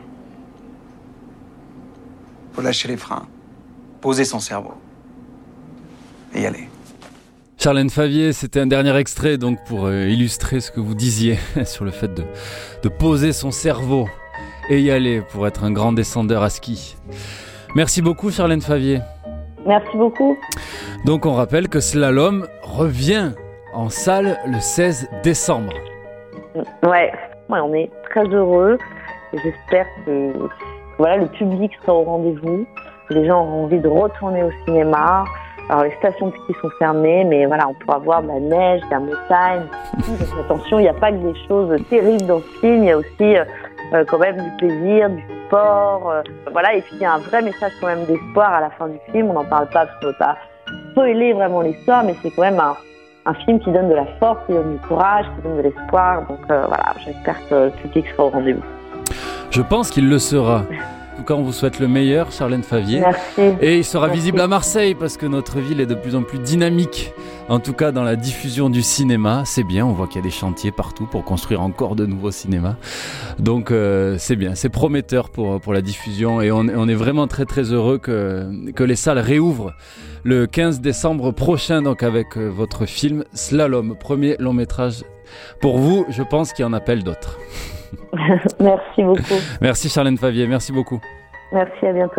Faut lâcher les freins, poser son cerveau et y aller. Charlène Favier, c'était un dernier extrait donc pour euh, illustrer ce que vous disiez sur le fait de, de poser son cerveau et y aller pour être un grand descendeur à ski. Merci beaucoup Charlène Favier. Merci beaucoup. Donc on rappelle que Slalom revient en salle le seize décembre. Ouais, ouais on est très heureux. Et j'espère que voilà, le public sera au rendez-vous. Les gens auront envie de retourner au cinéma. Alors les stations de ski sont fermées, mais voilà, on pourra voir de la neige, de la montagne. Donc, attention, il n'y a pas que des choses terribles dans ce film, il y a aussi euh, quand même du plaisir, du sport. Euh, voilà, et puis il y a un vrai message quand même d'espoir à la fin du film. On n'en parle pas parce qu'on ne veut pas spoiler vraiment l'histoire, mais c'est quand même un, un film qui donne de la force, qui donne du courage, qui donne de l'espoir. Donc euh, voilà, j'espère que le public sera au rendez-vous. Je pense qu'il le sera. En tout cas, on vous souhaite le meilleur, Charlène Favier. Merci. Et il sera Merci. visible à Marseille parce que notre ville est de plus en plus dynamique. En tout cas, dans la diffusion du cinéma, c'est bien. On voit qu'il y a des chantiers partout pour construire encore de nouveaux cinémas. Donc, euh, c'est bien. C'est prometteur pour, pour la diffusion. Et on, on est vraiment très, très heureux que, que les salles réouvrent le quinze décembre prochain, donc avec euh, votre film Slalom, premier long métrage. Pour vous, je pense qu'il y en appelle d'autres. Merci beaucoup. Merci Charlène Favier, merci beaucoup. Merci, à bientôt.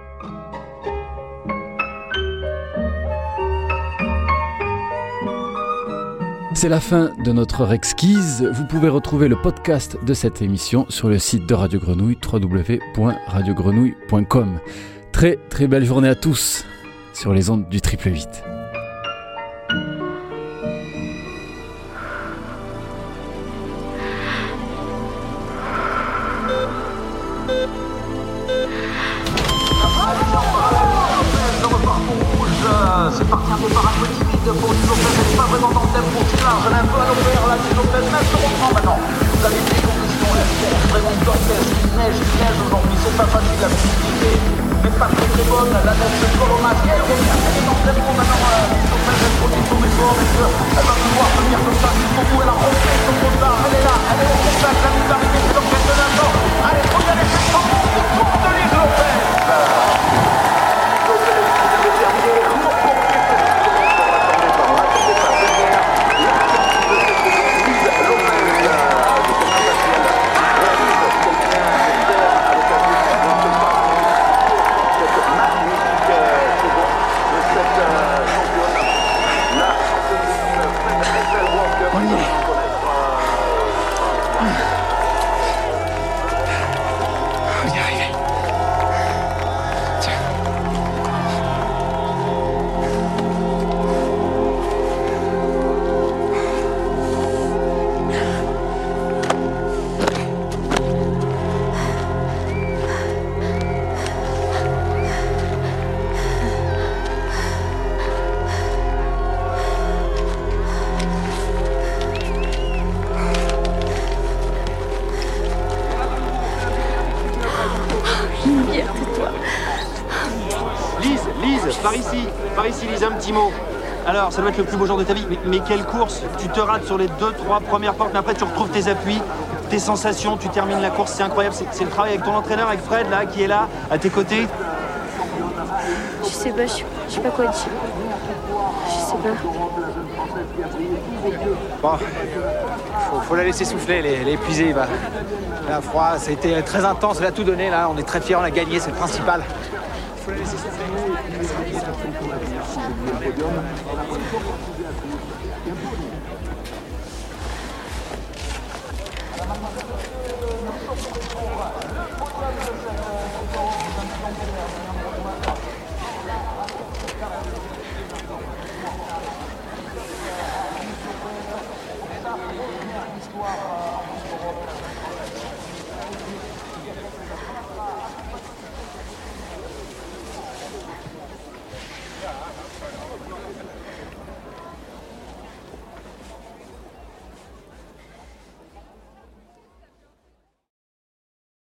C'est la fin de notre heure exquise. Vous pouvez retrouver le podcast de cette émission sur le site de Radio Grenouille, w w w point radio grenouille point com. Très très belle journée à tous sur les ondes du triple huit. C'est parti un peu par un petit vide pour du Lopez, elle n'est pas vraiment dans le tempo, c'est large, elle est un peu à l'envers, là, du Lopez, même se reprend maintenant. Vous avez des conditions, la course, vraiment Cortez, il neige, il neige aujourd'hui, c'est pas facile la visibilité, mais pas très très bonne, la neige de Colomas, et elle revient, elle est dans le tempo maintenant, du Lopez, elle produit son effort, elle va pouvoir venir comme ça jusqu'au bout, elle a refait son retard, elle est là, elle est au contact, la lutte arrivée, c'est dans quelques instants, allez, faut y aller, c'est trop bon, victoire de l'île Lopez. Par ici, par ici, Lise, un petit mot. Alors, ça doit être le plus beau jour de ta vie, mais, mais quelle course! Tu te rates sur les deux, trois premières portes, mais après tu retrouves tes appuis, tes sensations, tu termines la course, c'est incroyable. C'est, c'est le travail avec ton entraîneur, avec Fred, là, qui est là, à tes côtés. Je sais pas, je, je sais pas quoi dire. Je sais pas. Bon, faut, faut la laisser souffler, elle est, elle est épuisée. Bah. Elle a froid, ça a été très intense, elle a tout donné, là, on est très fiers, on a gagné, c'est le principal. Faut la laisser souffler.